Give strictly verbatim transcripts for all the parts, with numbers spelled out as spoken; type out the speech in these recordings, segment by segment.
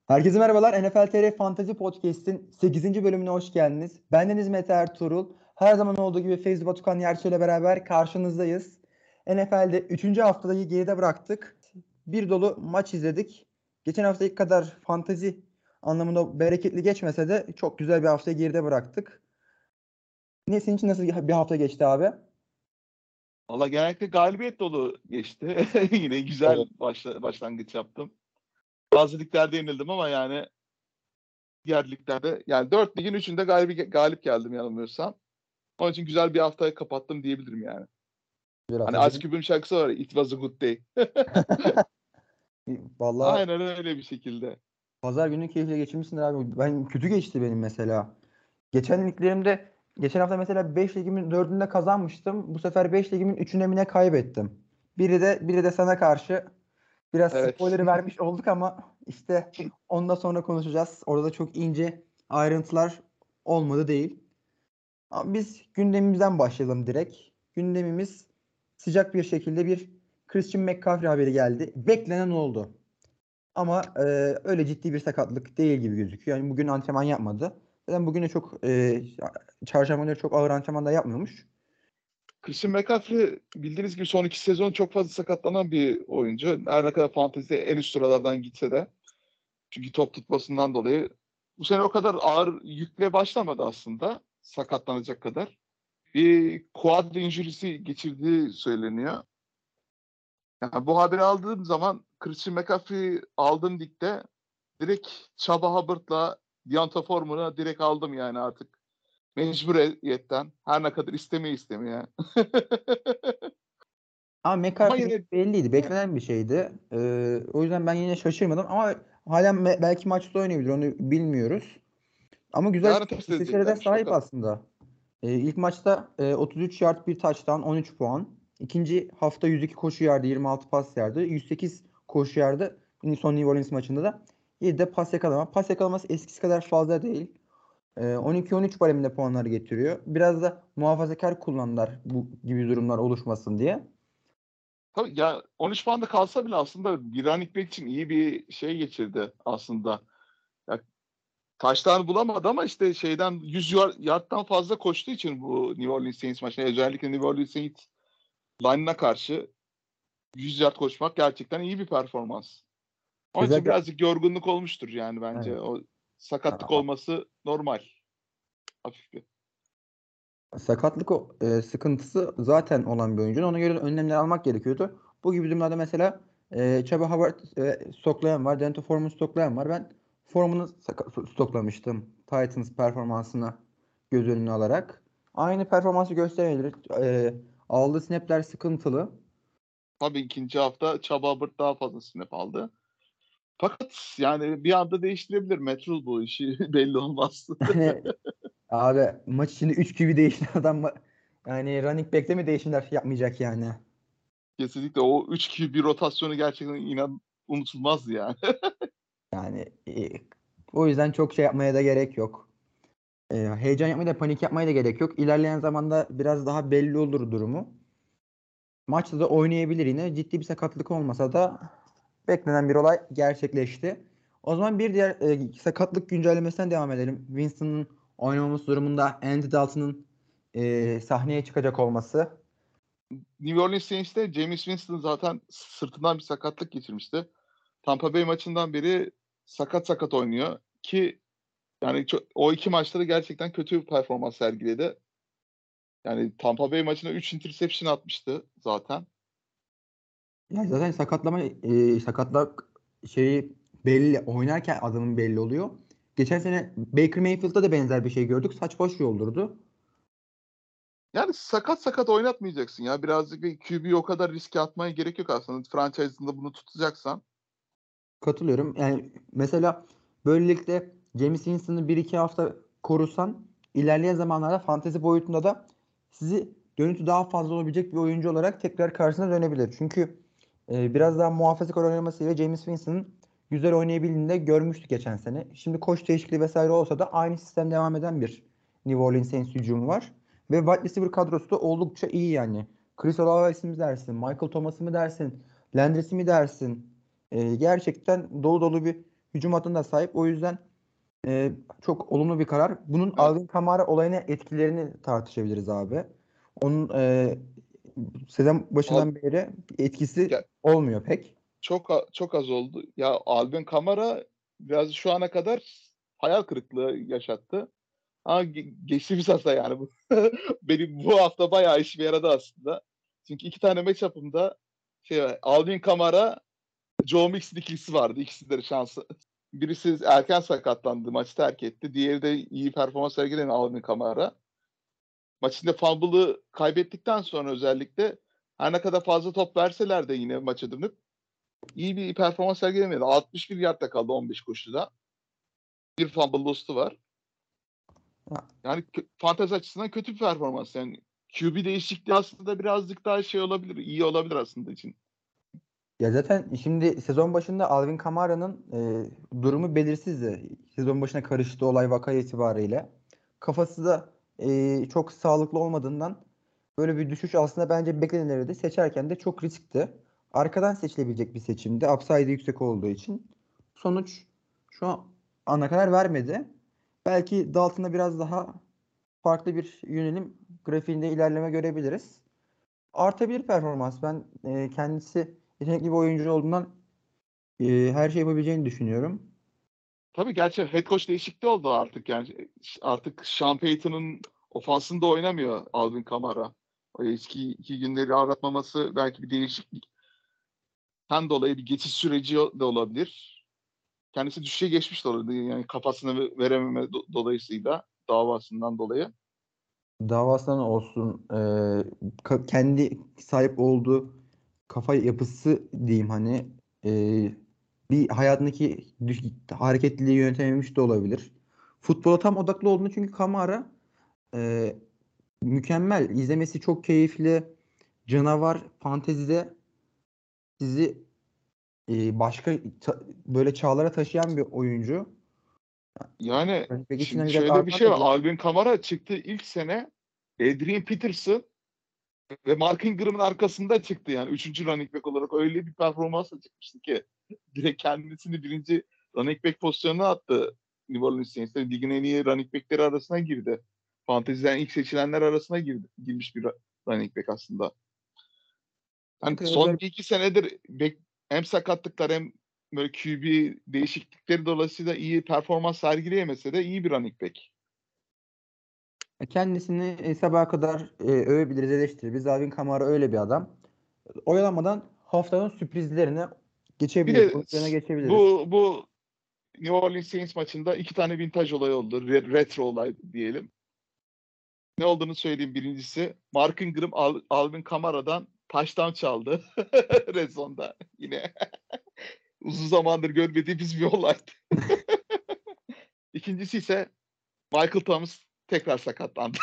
Herkese merhabalar. N F L T R Fantasy Podcast'in sekizinci bölümüne hoş geldiniz. Bendeniz Mete Ertuğrul. Her zaman olduğu gibi Feyzi Batukan Yerçe ile beraber karşınızdayız. N F L'de üçüncü haftayı geride bıraktık. Bir dolu maç izledik. Geçen haftaki kadar fantazi anlamında bereketli geçmese de çok güzel bir haftayı geride bıraktık. Ne senin için nasıl bir hafta geçti abi? Valla genellikle galibiyet dolu geçti. Yine güzel Evet. başla, başlangıç yaptım. Bazı liglerde yenildim ama yani diğer liglerde yani dört ligin üçünde galip, galip geldim yanılmıyorsam. Onun için güzel bir haftayı kapattım diyebilirim yani. Bir Hani hafta Ice benim. Cube'un şarkısı var ya, It Was a Good Day. Vallahi Aynen öyle bir şekilde. pazar günü keyifle geçirmişsindir abi. Ben kötü geçti benim mesela. Geçen liglerimde geçen hafta mesela beş ligimin dördünde kazanmıştım. Bu sefer beş ligimin üçünde mi ne kaybettim. Biri de biri de sana karşı biraz Evet. spoiler'ı vermiş olduk ama işte ondan sonra konuşacağız. Orada da çok ince ayrıntılar olmadı değil. Ama biz gündemimizden başlayalım direkt. Gündemimiz sıcak bir şekilde bir Christian McCaffrey haberi geldi. Beklenen oldu. Ama e, öyle ciddi bir sakatlık değil gibi gözüküyor. Yani bugün antrenman yapmadı. Zaten bugün de çok e, çarşamba günü çok ağır antrenman da yapmıyormuş. Christian McCaffrey bildiğiniz gibi son iki sezon çok fazla sakatlanan bir oyuncu. Her ne kadar fantezide en üst sıralardan gitse de. Çünkü top tutmasından dolayı bu sene o kadar ağır yükle başlamadı aslında. Sakatlanacak kadar. Bir quad injury'si geçirdiği söyleniyor. Yani bu haberi aldığım zaman Christian McCaffrey aldığım ligde direkt Chaba Hubbard'la Deonta Foreman'ı direkt aldım yani artık. Mecburiyetten. Her ne kadar istemeye istemeye. Ama Ama McCarthy yine belliydi. Beklenen bir şeydi. E, o yüzden ben yine şaşırmadım. Ama halen me- belki maçta oynayabilir. Onu bilmiyoruz. Ama güzel yarın test istatistiklere de edeceklermiş sahip bakalım. aslında. E, ilk maçta e, otuz üç yard bir touchdown on üç puan. İkinci hafta yüz iki koşu yardı yirmi altı pas yardı. yüz sekiz koşu yardı. Son New Orleans maçında da yedi de pas yakalama. Pas yakalaması eskisi kadar fazla değil. E, on iki on üç bareminde puanları getiriyor. Biraz da muhafazakar kullandılar bu gibi durumlar oluşmasın diye. Tabii ya on üç puanda kalsa bile aslında bir running back için iyi bir şey geçirdi aslında. Ya taştan bulamadı ama işte şeyden yüz yardtan fazla koştuğu için bu New Orleans Saints maçında özellikle New Orleans Saints line'ına karşı yüz yard koşmak gerçekten iyi bir performans. Onun için Özellikle birazcık yorgunluk olmuştur yani bence. evet. O sakatlık Aa, olması normal. Hafif bir. sakatlık o- e, sıkıntısı zaten olan bir oyuncunun ona göre önlemler almak gerekiyordu. Bu gibi durumlarda mesela e, Chuba Hubbard e, stoklayan var. Dento Foreman stoklayan var. Ben Foreman'ı saka- stoklamıştım. Titans performansını göz önüne alarak. Aynı performansı gösterebilir. E, aldığı snapler sıkıntılı. Tabii ikinci hafta Chaba Hubbard daha fazla snap aldı. Fakat yani bir anda değiştirebilir. Metrol bu işi belli olmaz. Yani abi maç içinde üç Q B değişti adam ma- yani running back'te mi değişimler yapmayacak yani? Kesinlikle o üç Q bir rotasyonu gerçekten inan unutulmazdı yani. Yani e, o yüzden çok şey yapmaya da gerek yok. E, heyecan yapmaya da panik yapmaya da gerek yok. İlerleyen zamanda biraz daha belli olur durumu. Maçta da oynayabilir yine. Ciddi bir sakatlık olmasa da beklenen bir olay gerçekleşti. O zaman bir diğer e, sakatlık güncellemesinden devam edelim. Winston'ın oynamaması durumunda Andy Dalton'ın e, sahneye çıkacak olması. New Orleans Saints'te James Winston zaten sırtından bir sakatlık geçirmişti. Tampa Bay maçından beri sakat sakat oynuyor ki yani çok, o iki maçta da gerçekten kötü bir performans sergiledi. Yani Tampa Bay maçında üç interception atmıştı zaten. Ya zaten sakatlama e, sakatlık şeyi belli oynarken adamın belli oluyor. Geçen sene Baker Mayfield'da da benzer bir şey gördük. Saç baş yoldurdu. Yani sakat sakat oynatmayacaksın ya. Birazcık bir Q B'yi o kadar riske atmaya gerek yok aslında. Franchise'ında bunu tutacaksan. Katılıyorum. Yani mesela böylelikle James Winston'ı bir iki hafta korusan ilerleyen zamanlarda fantezi boyutunda da sizi dönütü daha fazla olabilecek bir oyuncu olarak tekrar karşısına dönebilir. Çünkü e, biraz daha muhafazakar oynamasıyla James Winston'ın güzel oynayabildiğini de görmüştük geçen sene. Şimdi koç değişikliği vesaire olsa da aynı sistem devam eden bir New Orleans Saints hücumu var. Ve wide receiver kadrosu da oldukça iyi yani. Chris Olave'si mi dersin, Michael Thomas'ı mı dersin, Landry'si mi dersin? Ee, gerçekten dolu dolu bir hücum hattına da sahip. O yüzden e, çok olumlu bir karar. Bunun Evet. Alvin Kamara olayına etkilerini tartışabiliriz abi. Onun e, sezon Al, başından beri etkisi ya, olmuyor pek. çok a- çok az oldu. Ya Alvin Kamara biraz şu ana kadar hayal kırıklığı yaşattı. Ama ge- geçtiğimiz hafta yani bu benim bu hafta bayağı işime yaradı aslında. Çünkü iki tane matchup'ımda şey var, Alvin Kamara, Joe Mixon ikilisi vardı. İkisi de şansı. Birisi erken sakatlandı, maçı terk etti. Diğeri de iyi performans sergileyen Alvin Kamara. Maçında fumble'ı kaybettikten sonra özellikle her ne kadar fazla top verseler de yine maça dönüp iyi bir performans sergilemedi. altmış bir yardta kaldı on beş koşuda. Bir fumble loss'u var. Ya, Yani kö- fantezi açısından kötü bir performans. Yani Q B değişikliği aslında birazcık daha şey olabilir, iyi olabilir aslında için. ya zaten şimdi sezon başında Alvin Kamara'nın e, durumu belirsizdi. Sezon başına karıştı olay vaka itibariyle. Kafası da e, çok sağlıklı olmadığından böyle bir düşüş aslında bence beklenilirdi. Seçerken de çok riskti. Arkadan seçilebilecek bir seçimdi. Upside'ı yüksek olduğu için. Sonuç şu an ana kadar vermedi. Belki Dalton'da biraz daha farklı bir yönelim grafiğinde ilerleme görebiliriz. Artabilir performans. Ben e, kendisi yetenekli bir oyuncu olduğundan e, her şey yapabileceğini düşünüyorum. Tabii gerçi head coach değişikliği oldu artık yani. Artık Sean Payton'ın ofansında oynamıyor Alvin Kamara. O eski iki günleri aratmaması belki bir değişiklikten dolayı bir geçiş süreci de olabilir. Kendisi düşüşe geçmiş de olabilir. Yani kafasını verememe do- dolayısıyla davasından dolayı. Davasından olsun, e, ka- kendi sahip olduğu kafa yapısı diyeyim hani e, bir hayatındaki düş- hareketliliği yönetememiş de olabilir. Futbola tam odaklı olduğunu çünkü Kamara e, mükemmel. İzlemesi çok keyifli. Canavar fantezide sizi e, başka ta- böyle çağlara taşıyan bir oyuncu. Yani Rakip şimdi içinden biraz şöyle bir artan şey da var. bir Alvin Kamara çıktı ilk sene Adrian Peterson ve Mark Ingram'ın arkasında çıktı yani. Üçüncü running back olarak öyle bir performansla çıkmıştı ki direkt kendisini birinci running back pozisyonuna attı New Orleans Saints'te. Ligin en iyi running backleri arasına girdi. Fanteziden ilk seçilenler arasına girdi, girmiş bir running back aslında. ne Yani kadar son özel. bir iki senedir bek- hem sakatlıklar hem böyle Q B değişiklikleri dolayısıyla iyi performans sergileyemese de iyi bir running back. Kendisini e, sabaha kadar e, övebiliriz, eleştiririz. Alvin Kamara öyle bir adam. Oyalanmadan haftanın sürprizlerine Bir geçebiliriz. de Oyuncularına geçebiliriz. bu bu New Orleans Saints maçında iki tane vintage olay oldu. Re- retro olay diyelim. Ne olduğunu söyleyeyim birincisi. Mark Ingram Al- Alvin Kamara'dan touchdown çaldı. Red Zone'da yine. Uzun zamandır görmediğimiz bir olaydı. İkincisi ise Michael Thomas tekrar sakatlandı.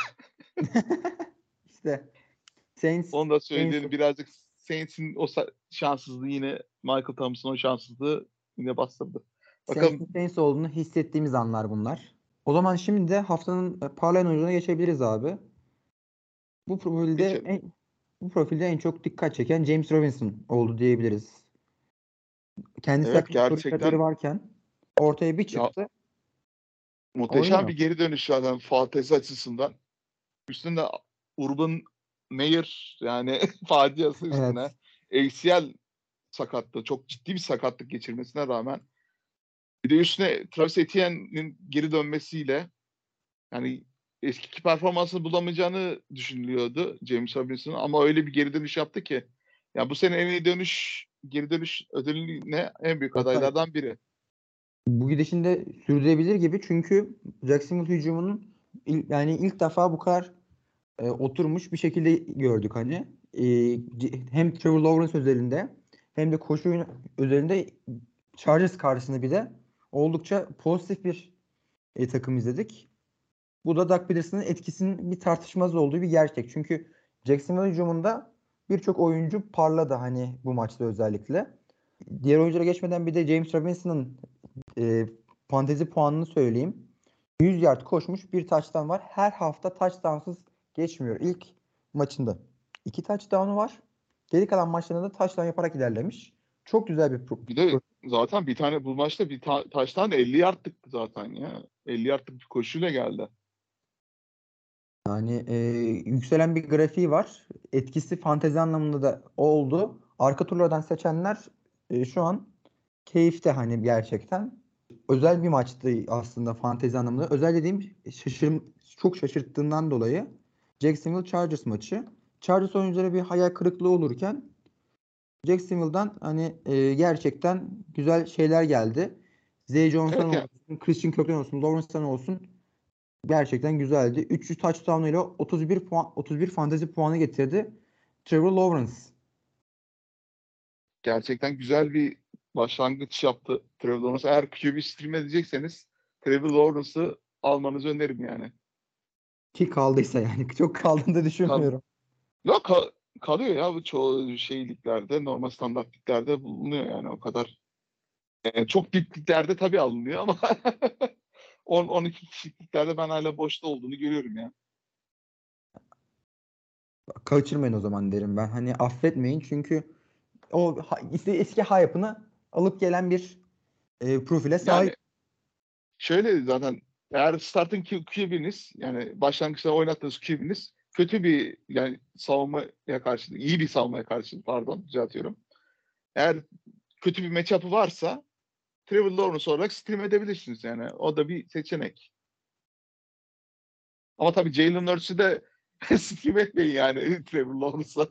İşte Saints, Onu da Saints söyleyelim birazcık Saints'in o sa- şanssızlığı yine Michael Thomas'ın o şanssızlığı yine bastırdı. Saints'in Bakalım Saints olduğunu hissettiğimiz anlar bunlar. O zaman şimdi de haftanın e, parlayan oyuncuna geçebiliriz abi. Bu profilde geçelim. en, bu profilde en çok dikkat çeken James Robinson oldu diyebiliriz. Kendisi Evet hakkında soru işaretleri gerçekten varken ortaya bir ya çıktı, muhteşem oynuyor. bir geri dönüş zaten fantezi açısından. Üstünde Urban Meyer yani faciası üstüne. Evet. A C L sakatlığı çok ciddi bir sakatlık geçirmesine rağmen bir de üstüne Travis Etienne'in geri dönmesiyle yani eski performansını bulamayacağını düşünülüyordu James Robinson'ın ama öyle bir geri dönüş yaptı ki ya bu sene en iyi dönüş geri dönüş ödülüne en büyük Oktay, adaylardan biri. bu gidişinde sürdürebilir gibi çünkü Jacksonville hücumunun il- yani ilk defa bu kadar e, oturmuş bir şekilde gördük hani. E, c- hem Trevor Lawrence özelinde hem de koşu oyunu özelinde Chargers karşısında bir de oldukça pozitif bir e, takım izledik. Bu da Doug Peterson'ın etkisinin bir tartışmaz olduğu bir gerçek. Çünkü Jacksonville hücumunda birçok oyuncu parladı hani bu maçta özellikle. Diğer oyunculara geçmeden bir de James Robinson'ın e, fantezi puanını söyleyeyim. yüz yard koşmuş, bir touchdown var. Her hafta touchdownsız geçmiyor. İlk maçında iki touchdown'u var. Geri kalan maçlarında da touchdown yaparak ilerlemiş. Çok güzel bir pro. Bir de pro- Zaten bir tane bu maçta bir ta- taştan elli yardlık zaten ya. elli yardlık bir koşuyla geldi. Yani e, yükselen bir grafiği var. Etkisi fantezi anlamında da oldu. Arka turlardan seçenler e, şu an keyifte hani gerçekten. Özel bir maçtı aslında fantezi anlamında. Özel dediğim şaşır, çok şaşırttığından dolayı Jacksonville Chargers maçı. Chargers oyuncuları bir hayal kırıklığı olurken Jacksonville'dan hani e, gerçekten güzel şeyler geldi. Zay Johnson Evet yani olsun, Christian Kirkland olsun, Lawrence'dan olsun gerçekten güzeldi. üç yüz touchdown ile otuz bir puan otuz bir fantezi puanı getirdi Trevor Lawrence. gerçekten güzel bir başlangıç yaptı Trevor Lawrence. Eğer Q B stream edecekseniz Trevor Lawrence'ı almanızı öneririm yani. Ki kaldıysa yani çok kaldığını da Kal düşünmüyorum. Yok ka- kalıyor ya bu çoğu şey liglerde, normal standart liglerde bulunuyor yani o kadar. Yani çok dip liglerde tabii alınıyor ama on on iki kişilik liglerde ben hala boşta olduğunu görüyorum ya. Kaçırmayın o zaman derim ben. Hani affetmeyin çünkü o ha- işte eski hype'ını alıp gelen bir e, profile sahip. Yani şöyle zaten eğer starting Q- QB'niz yani başlangıçta oynattığınız Q B'niz kötü bir yani savunmaya karşı, iyi bir savunmaya karşı pardon düzeltiyorum. Eğer kötü bir matchup'ı varsa Trevor Lawrence olarak stream edebilirsiniz yani. O da bir seçenek. Ama tabii Jalen Hurts'ü de stream etmeyin yani Trevor Lawrence'a.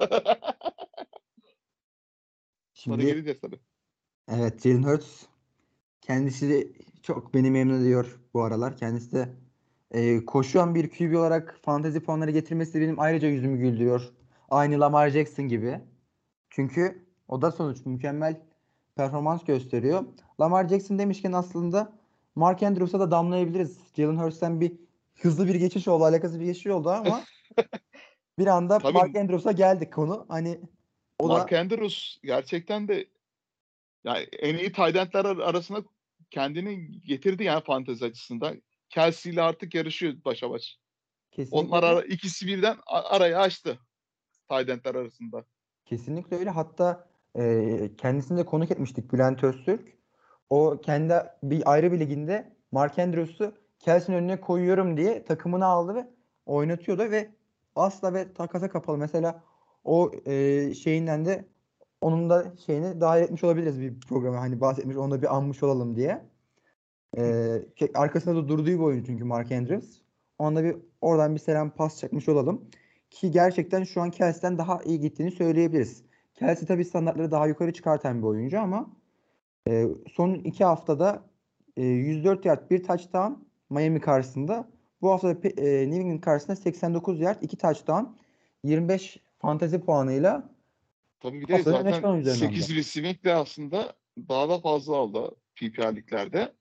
Ona Şimdi geleceğiz tabii. evet, Jalen Hurts kendisi de çok beni memnun ediyor bu aralar. Kendisi de e, koşuyan bir Q B olarak fantezi puanları getirmesi de benim ayrıca yüzümü güldürüyor. Aynı Lamar Jackson gibi. Çünkü o da sonuç mükemmel performans gösteriyor. Lamar Jackson demişken aslında Mark Andrews'a da damlayabiliriz. Jalen Hurts'ten bir hızlı bir geçiş oldu, alakasız bir geçiş oldu ama bir anda Mark Tabii Andrews'a geldik konu. Hani o Mark da Andrews gerçekten de yani en iyi tight endler ar- arasına kendini getirdi yani fantezi açısından. Kelsey ile artık yarışıyor başa baş. kesinlikle Onlar öyle. ara, ikisi birden a- arayı açtı tight endler arasında. Kesinlikle öyle. Hatta e, kendisini de konuk etmiştik, Bülent Öztürk. O kendi bir ayrı bir liginde Mark Andrews'u Kelsey'nin önüne koyuyorum diye takımını aldı ve oynatıyordu ve asla ve takasa kapalı. Mesela o e, şeyinden de onun da şeyini dahil etmiş olabiliriz bir programa. Hani bahsetmiş, onu da bir anmış olalım diye. E, ke- arkasında da durduğu bir oyuncu çünkü Mark Andrews. Ona da bir oradan bir selam pas çakmış olalım. Ki gerçekten şu an Kelsey'den daha iyi gittiğini söyleyebiliriz. Kelsey tabii standartları daha yukarı çıkartan bir oyuncu ama e, son iki haftada e, yüz dört yard bir touchdown Miami karşısında. Bu hafta da Pe- e, New England karşısında seksen dokuz yard iki touchdown yirmi beş fantezi puanıyla Tabii bir de haftanın öne çıkan zaten oyuncularından da. sekiz receiving de aslında daha da fazla aldı P P R liglerde.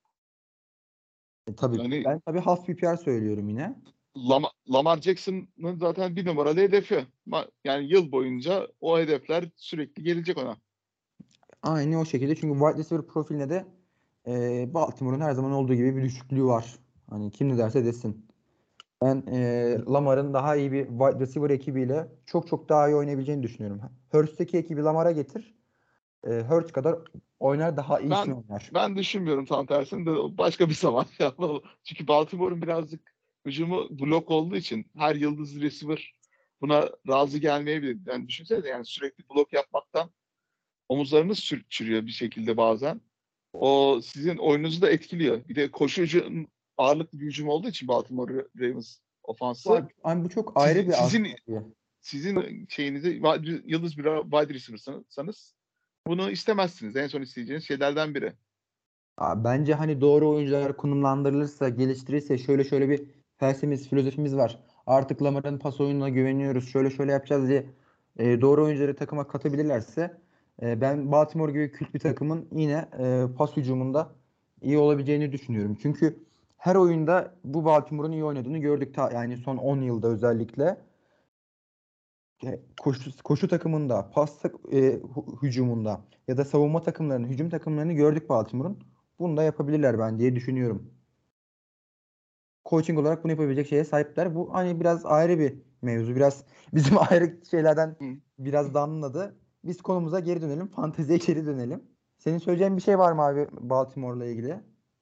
E, tabii Yani ben tabii half P P R söylüyorum yine. Lam- Lamar Jackson'ın zaten bir numaralı hedefi. Ma- Yani yıl boyunca o hedefler sürekli gelecek ona. Aynı o şekilde çünkü wide receiver profiline de e, Baltimore'un her zaman olduğu gibi bir düşüklüğü var. Hani kim ne derse desin. Ben e, Lamar'ın daha iyi bir wide receiver ekibiyle çok çok daha iyi oynayabileceğini düşünüyorum. Hurst'teki ekibi Lamar'a getir. E, Hurts kadar oynar, daha iyisini Ben oynar. ben düşünmüyorum tam tersini de başka bir zaman yapmalı. Çünkü Baltimore'un birazcık hücumu blok olduğu için her yıldız receiver buna razı gelmeyebilir. Yani düşünsene yani sürekli blok yapmaktan omuzlarınız sür- çürüyor bir şekilde bazen. O sizin oyununuzu da etkiliyor. Bir de koşu hücum, ağırlıklı bir hücum olduğu için Baltimore Ravens Bu, ofansı yani bu çok ayrı sizin bir sizin aslında. sizin şeyinizi wide- yıldız bir wide receiver'sanız bunu istemezsiniz. En son isteyeceğiniz şeylerden biri. Aa, bence hani doğru oyuncular konumlandırılırsa, geliştirirse şöyle şöyle bir felsefemiz, filozofimiz var. Artık Lamar'ın pas oyununa güveniyoruz. Şöyle şöyle yapacağız diye e, doğru oyuncuları takıma katabilirlerse e, ben Baltimore gibi kült bir takımın yine e, pas hücumunda iyi olabileceğini düşünüyorum. Çünkü her oyunda bu Baltimore'un iyi oynadığını gördük. Ta, yani son on yılda özellikle. E, koşu, koşu takımında, pas tak- e, hü- hücumunda ya da savunma takımlarının, hücum takımlarını gördük Baltimore'un. Bunu da yapabilirler ben diye düşünüyorum. Coaching olarak bunu yapabilecek şeye sahipler. Bu hani biraz ayrı bir mevzu. Biraz bizim ayrı şeylerden Hı. biraz damladı. Biz konumuza geri dönelim. Fanteziye geri dönelim. Senin söyleyeceğin bir şey var mı abi Baltimore'la ilgili?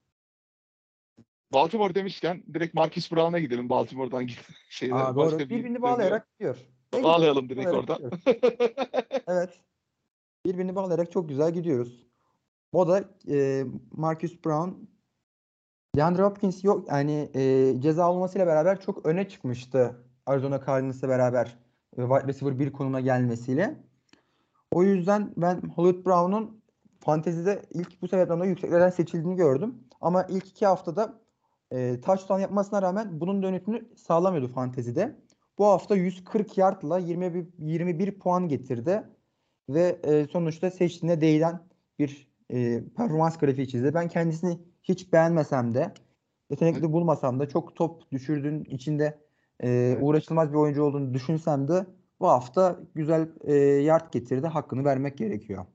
Baltimore demişken direkt Marcus Brown'a gidelim. Baltimore'dan git Aa, şeyde doğru. başka bir Birbirini dönüyor. bağlayarak gidiyor. Ne güzel. Bağlayalım direkt Bağlayarak oradan. gidiyor. Evet. Birbirini bağlayarak çok güzel gidiyoruz. O da e, Marcus Brown, DeAndre Hopkins yok yani e, ceza olmasıyla beraber çok öne çıkmıştı Arizona Cardinals'la beraber e, wide receiver bir konuma gelmesiyle. O yüzden ben Hollywood Brown'un fantezide ilk bu sebepten dolayı yükseklerden seçildiğini gördüm. Ama ilk iki haftada e, touchdown yapmasına rağmen bunun dönütünü sağlamıyordu fantezide. Bu hafta yüz kırk yardla yirmi bir, yirmi bir puan getirdi ve e, sonuçta seçtiğine değilen bir e, performans grafiği çizdi. Ben kendisini hiç beğenmesem de, Evet, yetenekli bulmasam da, çok top düşürdüğün içinde e, evet. uğraşılmaz bir oyuncu olduğunu düşünsem de bu hafta güzel e, yard getirdi. Hakkını vermek gerekiyor.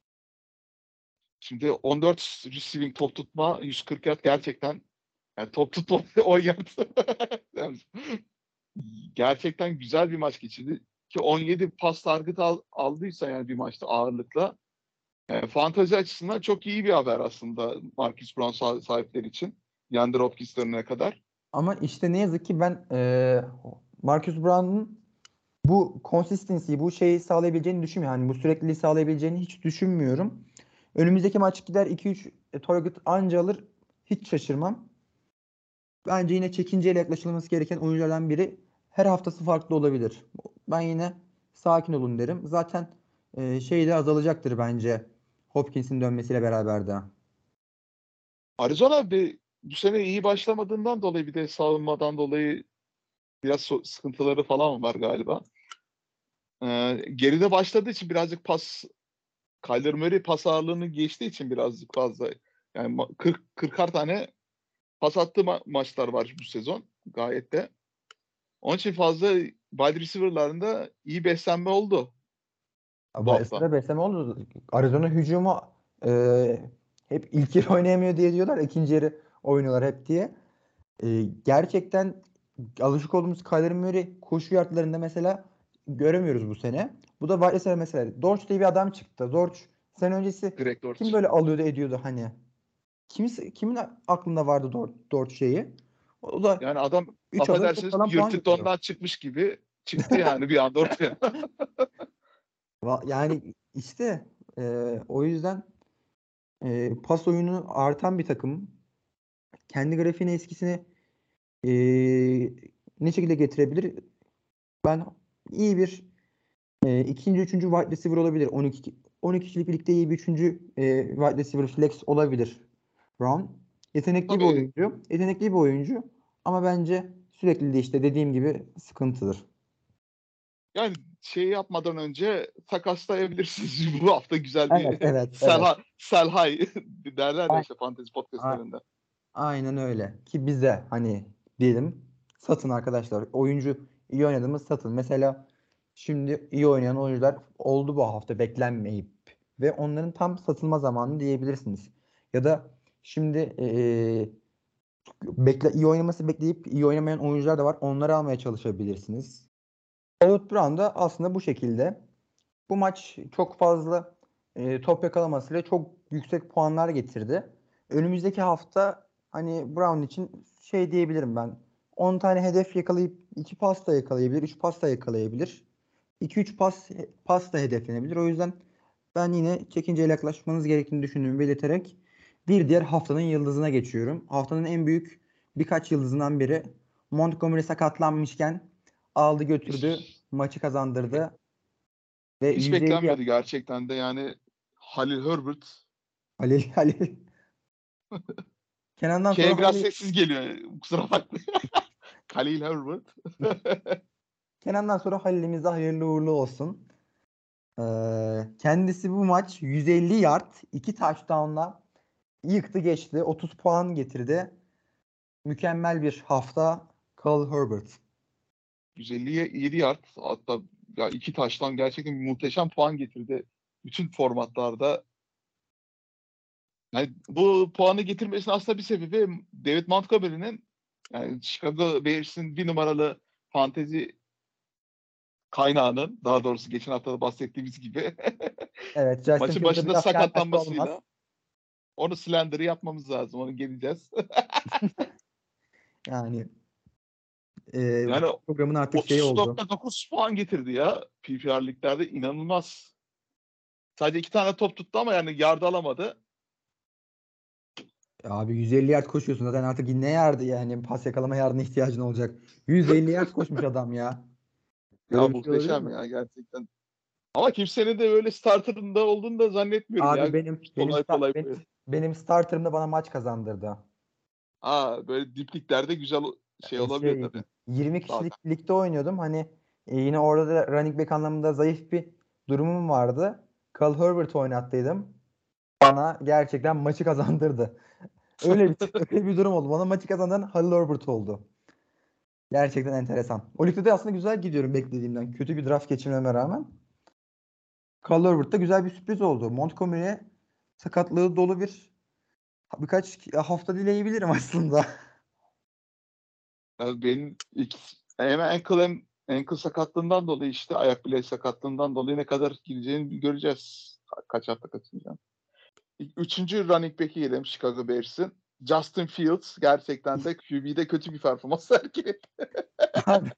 Şimdi on dört receiving top tutma, yüz kırk yard gerçekten, yani top tutma on yard. Yani gerçekten güzel bir maç geçirdi. Ki on yedi pas target al, aldıysa yani bir maçta ağırlıkla. E, fantazi açısından çok iyi bir haber aslında Marcus Brown sah- sahipleri için. DeAndre Hopkins'lerine kadar. Ama işte ne yazık ki ben e, Marcus Brown'un bu consistency'yi, bu şeyi sağlayabileceğini düşünmüyorum. Yani bu sürekliliği sağlayabileceğini hiç düşünmüyorum. Önümüzdeki maç gider iki üç target anca alır. Hiç şaşırmam. Bence yine çekinceyle yaklaşılması gereken oyunculardan biri. Her haftası farklı olabilir. Ben yine sakin olun derim. Zaten e, şey de azalacaktır bence Hopkins'in dönmesiyle beraber de. Arizona bir, bu sene iyi başlamadığından dolayı bir de savunmadan dolayı biraz so- sıkıntıları falan var galiba. E, geride başladığı için birazcık pas, Kyler Murray pas ağırlığını geçtiği için birazcık fazla. Yani ma- kırk kırkar tane pas attığı ma- maçlar var bu sezon gayet de. Onun için fazla wide receiver'larında iyi beslenme oldu bu Ama hafta. ekstra besleme oldu. Arizona hücumu e, hep ilk yarı oynayamıyor diye diyorlar. İkinci yarı oynuyorlar hep diye. E, gerçekten alışık olduğumuz Kyler Murray koşu yardlarında mesela göremiyoruz bu sene. Bu da wide receiver mesela. Dortch diye bir adam çıktı. Dortch sene öncesi Greg kim Dortch. böyle alıyordu ediyordu hani. Kimse, kimin aklında vardı Dortch, Dortch şeyi? O da Yani adam üç alır kırk affedersiniz falan puan yırtık getiriyor. dondan çıkmış gibi çıktı yani bir anda ortaya. Va- Yani işte e, o yüzden e, pas oyunu artan bir takım. Kendi grafiğine eskisini e, ne şekilde getirebilir? Ben iyi bir e, ikinci, üçüncü wide receiver olabilir. on iki on iki kişilik birlikte iyi bir üçüncü e, wide receiver flex olabilir. Brown. Yetenekli bir Tabii oyuncu. Yetenekli bir oyuncu. Ama bence sürekli de işte dediğim gibi sıkıntıdır. yani şey yapmadan önce takaslayabilirsiniz. Bu hafta güzel Evet, bir evet, sell, evet. high- sell high derler ya A- işte fantezi a- podcastlerinde. Aynen öyle. Ki bize hani diyelim satın arkadaşlar. Oyuncu iyi oynadığımız satın. Mesela şimdi iyi oynayan oyuncular oldu bu hafta beklenmeyip ve onların tam satılma zamanı diyebilirsiniz. Ya da şimdi eee, bekle, iyi oynaması bekleyip iyi oynamayan oyuncular da var. Onları almaya çalışabilirsiniz. Hollywood Brown da aslında bu şekilde. Bu maç çok fazla e, top yakalamasıyla çok yüksek puanlar getirdi. Önümüzdeki hafta hani Brown için şey diyebilirim ben. on tane hedef yakalayıp iki pas da yakalayabilir, üç pas da yakalayabilir. iki üç pas pas da hedeflenebilir. O yüzden ben yine çekinceyle yaklaşmanız gerektiğini düşündüğümü belirterek bir diğer haftanın yıldızına geçiyorum. Haftanın en büyük birkaç yıldızından biri Montgomery sakatlanmışken aldı götürdü, Hiç, maçı kazandırdı ve hiç yüz elli beklenmedi gerçekten de yani Halil Herbert. Halil Halil. Kenan'dan K sonra biraz Halil sessiz geliyor. Kusura bakmayın. Halil Herbert. Kenan'dan sonra Halil'imize hayırlı uğurlu olsun. Ee, kendisi bu maç yüz elli yard, iki touchdown'la yıktı geçti. otuz puan getirdi. Mükemmel bir hafta Kyle Herbert. yüz elli yedi yard, hatta ya iki taştan gerçekten muhteşem puan getirdi. Bütün formatlarda. Yani bu puanı getirmesinin aslında bir sebebi David Montgomery'nin, yani Chicago Bears'in bir numaralı fantezi kaynağının, daha doğrusu geçen hafta da bahsettiğimiz gibi Evet, Justin maçın Fields'a başında biraz çelmezse sakatlanmasıyla olmaz. Onu Slender'ı yapmamız lazım. Onu geleceğiz. Yani e, Yani programın artık şeyi otuz oldu. nokta dokuz puan getirdi ya. P P R liglerde inanılmaz. Sadece iki tane top tuttu ama yani yardı alamadı. Abi yüz elli yard koşuyorsun zaten artık ne yardı yani pas yakalama yardına ihtiyacın olacak. yüz elli yard koşmuş adam ya. Ya Böyle bir şey olabilir muhteşem mi? ya gerçekten. Ama kimsenin de öyle starterında olduğunu da zannetmiyorum Abi ya. benim benim Kolay sta- kolay benim, böyle. benim starterımda bana maç kazandırdı. Aa, böyle dipliklerde güzel şey E, olabiliyor şey tabii. yirmi Zaten. kişilik ligde oynuyordum. Hani e, yine orada da running back anlamında zayıf bir durumum vardı. Carl Herbert oynattıydım. Bana gerçekten maçı kazandırdı. Öyle bir öyle bir durum oldu. Bana maçı kazandıran Halil Herbert oldu. Gerçekten enteresan. O ligde de aslında güzel gidiyorum beklediğimden. Kötü bir draft geçirmeme rağmen. Carl Herbert'ta güzel bir sürpriz oldu. Montgomery'e sakatlığı dolu bir birkaç hafta dileyebilirim aslında. Yani benim ilk, hem ankle hem ankle sakatlığından dolayı işte ayak bileği sakatlığından dolayı ne kadar gideceğini göreceğiz. Ka- Kaç hafta kaçınca. Üçüncü running back'i gelelim Chicago Bears'in. Justin Fields gerçekten de Q B'de kötü bir performans sergiledi. Abi,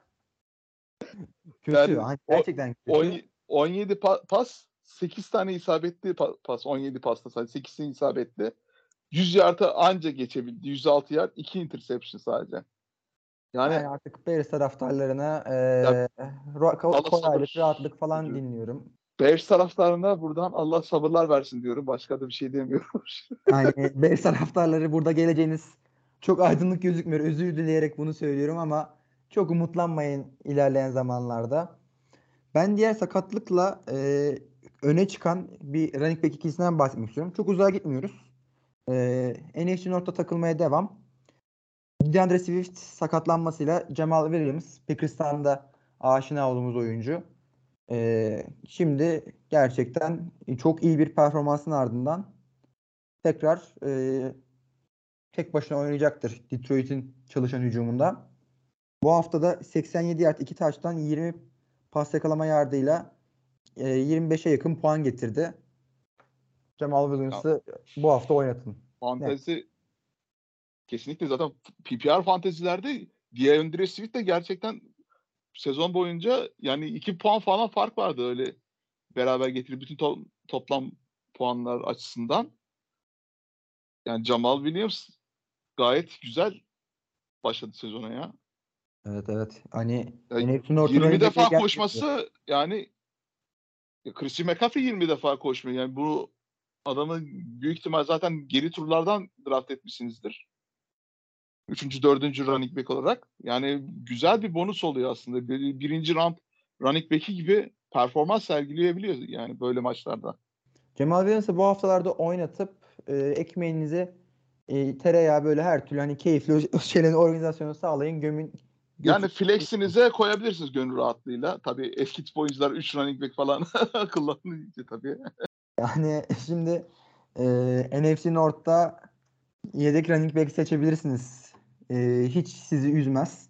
kötü. Yani Hani o, gerçekten kötü. on, on yedi pa- pas, sekiz tane isabetli pa- pas, on yedi pasta sadece sekizini isabetli. yüz yard'a anca geçebildi. yüz altı yard, iki interception sadece. Yani Yani artık Bears taraftarlarına ya, eee ro- Allah kolaylık, sabır rahatlık falan diliyorum. dinliyorum. Bears taraftarına buradan Allah sabırlar versin diyorum. Başka da bir şey demiyorum. Yani Bears taraftarları burada geleceğiniz çok aydınlık gözükmüyor. Özür dileyerek bunu söylüyorum ama çok umutlanmayın ilerleyen zamanlarda. Ben diğer sakatlıkla eee, öne çıkan bir running back ikilisinden bahsetmek istiyorum. Çok uzağa gitmiyoruz. Eee N F C North'ta takılmaya devam. DeAndre Swift sakatlanmasıyla Jamal Williams, Packers'tan da aşina olduğumuz oyuncu. Ee, şimdi gerçekten çok iyi bir performansın ardından tekrar e, tek başına oynayacaktır Detroit'in çalışan hücumunda. Bu hafta da seksen yedi yard iki taçtan yirmi pas yakalama yardıyla e, yirmi beşe yakın puan getirdi. Jamal Ya, Williams'ı bu hafta oynatın. Ne? fantezi kesinlikle zaten P P R fantezilerde DeAndre Swift de gerçekten sezon boyunca yani iki puan falan fark vardı öyle beraber getirip bütün to- toplam puanlar açısından. Yani Jamal Williams gayet güzel başladı sezona ya. Evet, evet. Hani Ya N F C North'un yirmi running back'leri defa gerçekten. koşması yani ya Christian McCaffrey yirmi defa koşmuyor. Yani bu adamı büyük ihtimal zaten geri turlardan draft etmişsinizdir. Üçüncü, dördüncü running back olarak. Yani güzel bir bonus oluyor aslında. Bir, birinci round running back'i gibi performans sergileyebiliyor yani böyle maçlarda. Cemal Williams'ı bu haftalarda oynatıp e, ekmeğinizi e, tereyağı böyle her türlü hani keyifli o şeylerin organizasyonu sağlayın gömün Yani götür. flex'inize koyabilirsiniz gönül rahatlığıyla. Tabii eski tip oyuncular üç running back falan kullanınca tabii. Yani şimdi e, N F C North'ta yedek running back seçebilirsiniz. E, hiç sizi üzmez.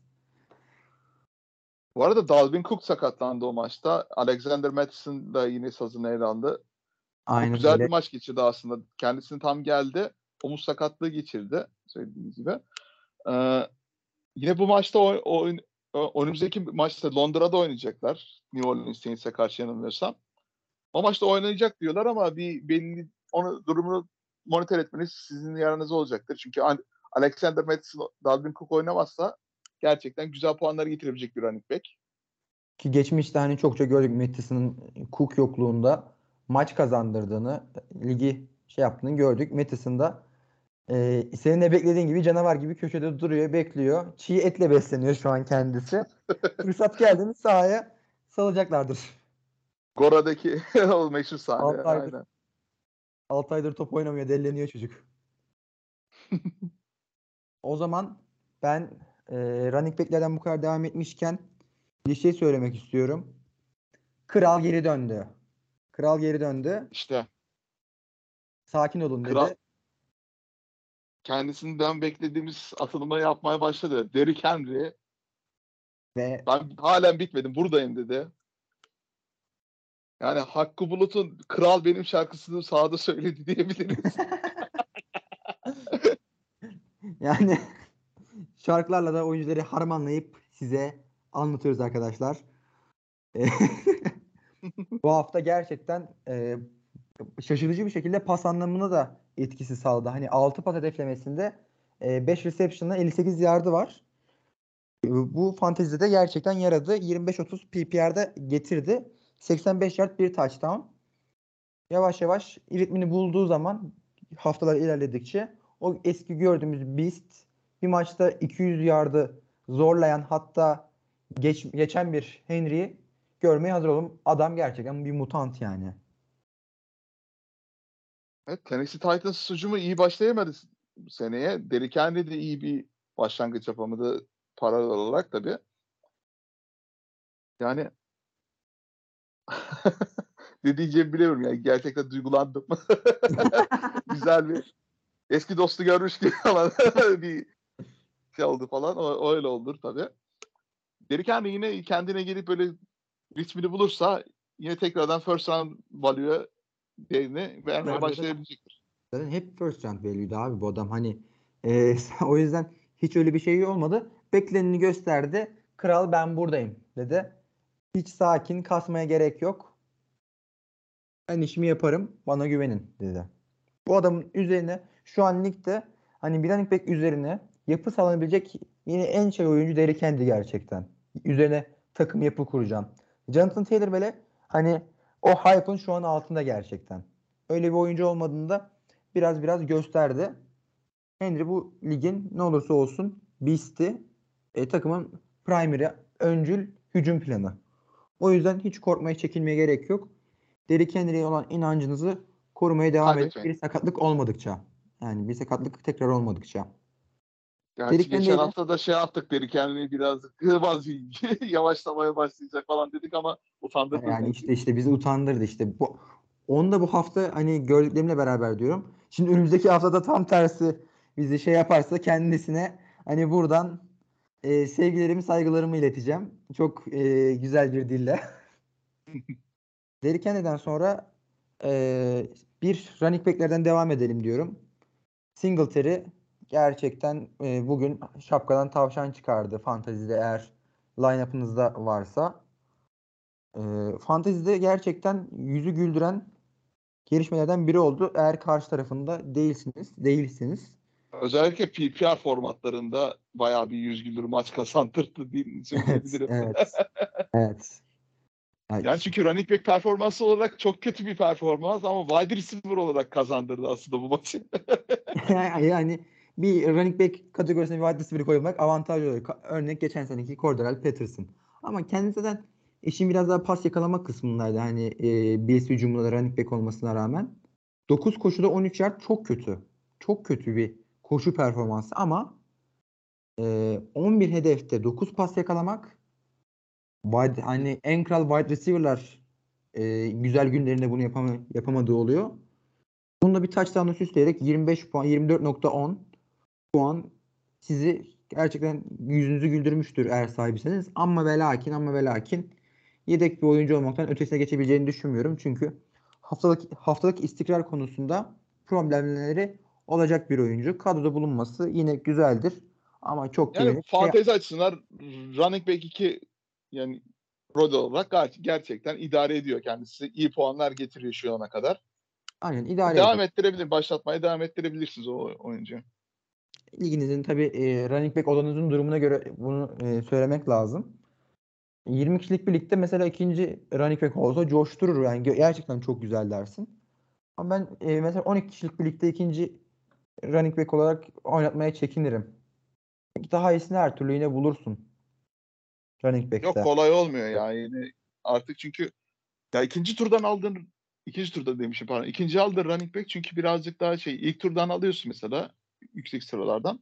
Bu arada Dalvin Cook sakatlandı o maçta. Alexander Mattison da yine sazını ele aldı. Çok Aynen güzel bir öyle. maç geçirdi aslında. Kendisini tam geldi. Omuz sakatlığı geçirdi. Söylediğiniz gibi. Ee, Yine bu maçta o, o, o, önümüzdeki maçta Londra'da oynayacaklar. New Orleans Saints'e karşı yanılmıyorsam. O maçta oynayacak diyorlar ama bir belli onu durumunu monitör etmeniz sizin yararınıza olacaktır. Çünkü Alexander Mattison, Dalvin Cook oynamazsa gerçekten güzel puanları getirebilecek bir running back. Ki geçmişte hani çokça gördük Mattison'ın Cook yokluğunda maç kazandırdığını, ligi şey yaptığını gördük. Mattison'da da Ee, senin de beklediğin gibi canavar gibi köşede duruyor, bekliyor. Çiğ etle besleniyor şu an kendisi. Fırsat geldi mi sahaya salacaklardır. Gora'daki o meşhur sahne altı aydır aynen. altı aydır top oynamıyor, delleniyor çocuk. O zaman ben e, running back'lerden bu kadar devam etmişken bir şey söylemek istiyorum. Kral geri döndü. Kral geri döndü. İşte Sakin olun kral dedi. kendisinden beklediğimiz atılımı yapmaya başladı. Derrick Henry Ve ben halen bitmedim buradayım dedi. Yani Hakkı Bulut'un Kral Benim şarkısını sahada söyledi diyebiliriz. Yani şarkılarla da oyuncuları harmanlayıp size anlatıyoruz arkadaşlar. E, Bu hafta gerçekten e, şaşırtıcı bir şekilde pas anlamına da etkisi sağladı. Hani altı pas hedeflemesinde e, beş reception'la elli sekiz yardı var. E, Bu fantezide de gerçekten yaradı. yirmi beş otuz P P R'da getirdi. seksen beş yard bir touchdown. Yavaş yavaş ritmini bulduğu zaman haftalar ilerledikçe o eski gördüğümüz Beast bir maçta iki yüz yardı zorlayan, hatta geç, geçen bir Henry'i görmeye hazır olun. Adam gerçekten bir mutant yani. Evet, Tennessee Titans hücumu iyi başlayamadı bu seneye. Derrick Henry de iyi bir başlangıç yapamadı paralel olarak tabii. Yani ne diyeceğimi bilemiyorum yani. Gerçekten duygulandım. Güzel bir eski dostu görmüş gibi falan bir şey oldu falan. O, o öyle olur tabii. Derrick Henry yine kendine gelip böyle ritmini bulursa yine tekrardan first round value'ya değerini vermeye Abi zaten, başlayabilecektir. zaten hep first round value'ydi abi bu adam. Hani e, o yüzden hiç öyle bir şey olmadı. Bekleneni gösterdi. Kral ben buradayım dedi. Hiç sakin, kasmaya gerek yok. Ben işimi yaparım. Bana güvenin dedi. Bu adamın üzerine şu an ligde hani bir running back üzerine yapı sağlanabilecek yine en şey oyuncu Derrick Henry gerçekten. Üzerine takım yapı kuracağım. Jonathan Taylor böyle hani o hype'ın şu an altında gerçekten. Öyle bir oyuncu olmadığını da biraz biraz gösterdi. Henry bu ligin ne olursa olsun beast'i, e, takımın primary, öncül hücum planı. O yüzden hiç korkmaya, çekinmeye gerek yok. Derrick Henry'e olan inancınızı korumaya devam edin. Kaybetmeyin. Bir sakatlık olmadıkça. Yani bir sakatlık tekrar olmadıkça. Gerçi Derrick geçen Henry'e de hafta da şey yaptık dedik kendini biraz kırmaz yavaşlamaya başlayacak falan dedik ama utandırdınız yani beni. işte işte bizi utandırdı işte. Bu, onu da bu hafta hani gördüklerimle beraber diyorum. Şimdi önümüzdeki haftada tam tersi bizi şey yaparsa kendisine hani buradan e, sevgilerimi, saygılarımı ileteceğim. Çok e, güzel bir dille. Derrick Henry'den sonra e, bir running back'lerden devam edelim diyorum. Singletary gerçekten e, bugün şapkadan tavşan çıkardı fantezide, eğer line-up'ınızda varsa. E, fantezide gerçekten yüzü güldüren gelişmelerden biri oldu. Eğer karşı tarafında değilsiniz, değilsiniz. Özellikle P P R formatlarında bayağı bir yüz güldür maç kazandırdı diye Evet, söyleyebilirim. evet, evet. Yani, Yani çünkü running back performansı olarak çok kötü bir performans ama wide receiver olarak kazandırdı aslında bu maçı. yani bir running back kategorisine bir wide receiver koymak avantajlı oluyor. Ka- Örnek geçen seneki Cordell Patterson. Ama kendisi de işin biraz daha pas yakalama kısmındaydı. Hani e, Bills hücumunda da running back olmasına rağmen. dokuz koşuda on üç yard çok kötü. Çok kötü bir koşu performansı ama e, on bir hedefte dokuz pas yakalamak, wide, hani en kral wide receiver'lar e, güzel günlerinde bunu yapama, yapamadığı oluyor. Bununla bir touchdown'u süsleyerek yirmi beş puan, yirmi dört nokta on puan sizi gerçekten yüzünüzü güldürmüştür eğer sahipseniz. Ama ve lakin ama ve lakin yedek bir oyuncu olmaktan ötesine geçebileceğini düşünmüyorum. Çünkü haftalık haftalık istikrar konusunda problemleri olacak bir oyuncu. Kadroda bulunması yine güzeldir. Ama çok Yani güvenip şey, fantezi açısından running back iki yani rol olarak ger- gerçekten idare ediyor kendisi. İyi puanlar getiriyor şu ana kadar. aynen idare eder. Devam ettirebilir, başlatmaya devam ettirebilirsiniz o oyuncuyu. Liginizin tabii e, running back odanızın durumuna göre bunu e, söylemek lazım. yirmi kişilik bir ligde mesela ikinci running back olsa coşturur. Yani ge- gerçekten çok güzel dersin. Ama ben e, mesela on iki kişilik bir ligde ikinci running back olarak oynatmaya çekinirim. Daha iyisini her türlü yine bulursun running Yok back'te. kolay olmuyor yani. Artık çünkü ya ikinci turdan aldığın ikinci turda demişim pardon. İkinci aldığın running back çünkü birazcık daha şey ilk turdan alıyorsun mesela yüksek sıralardan.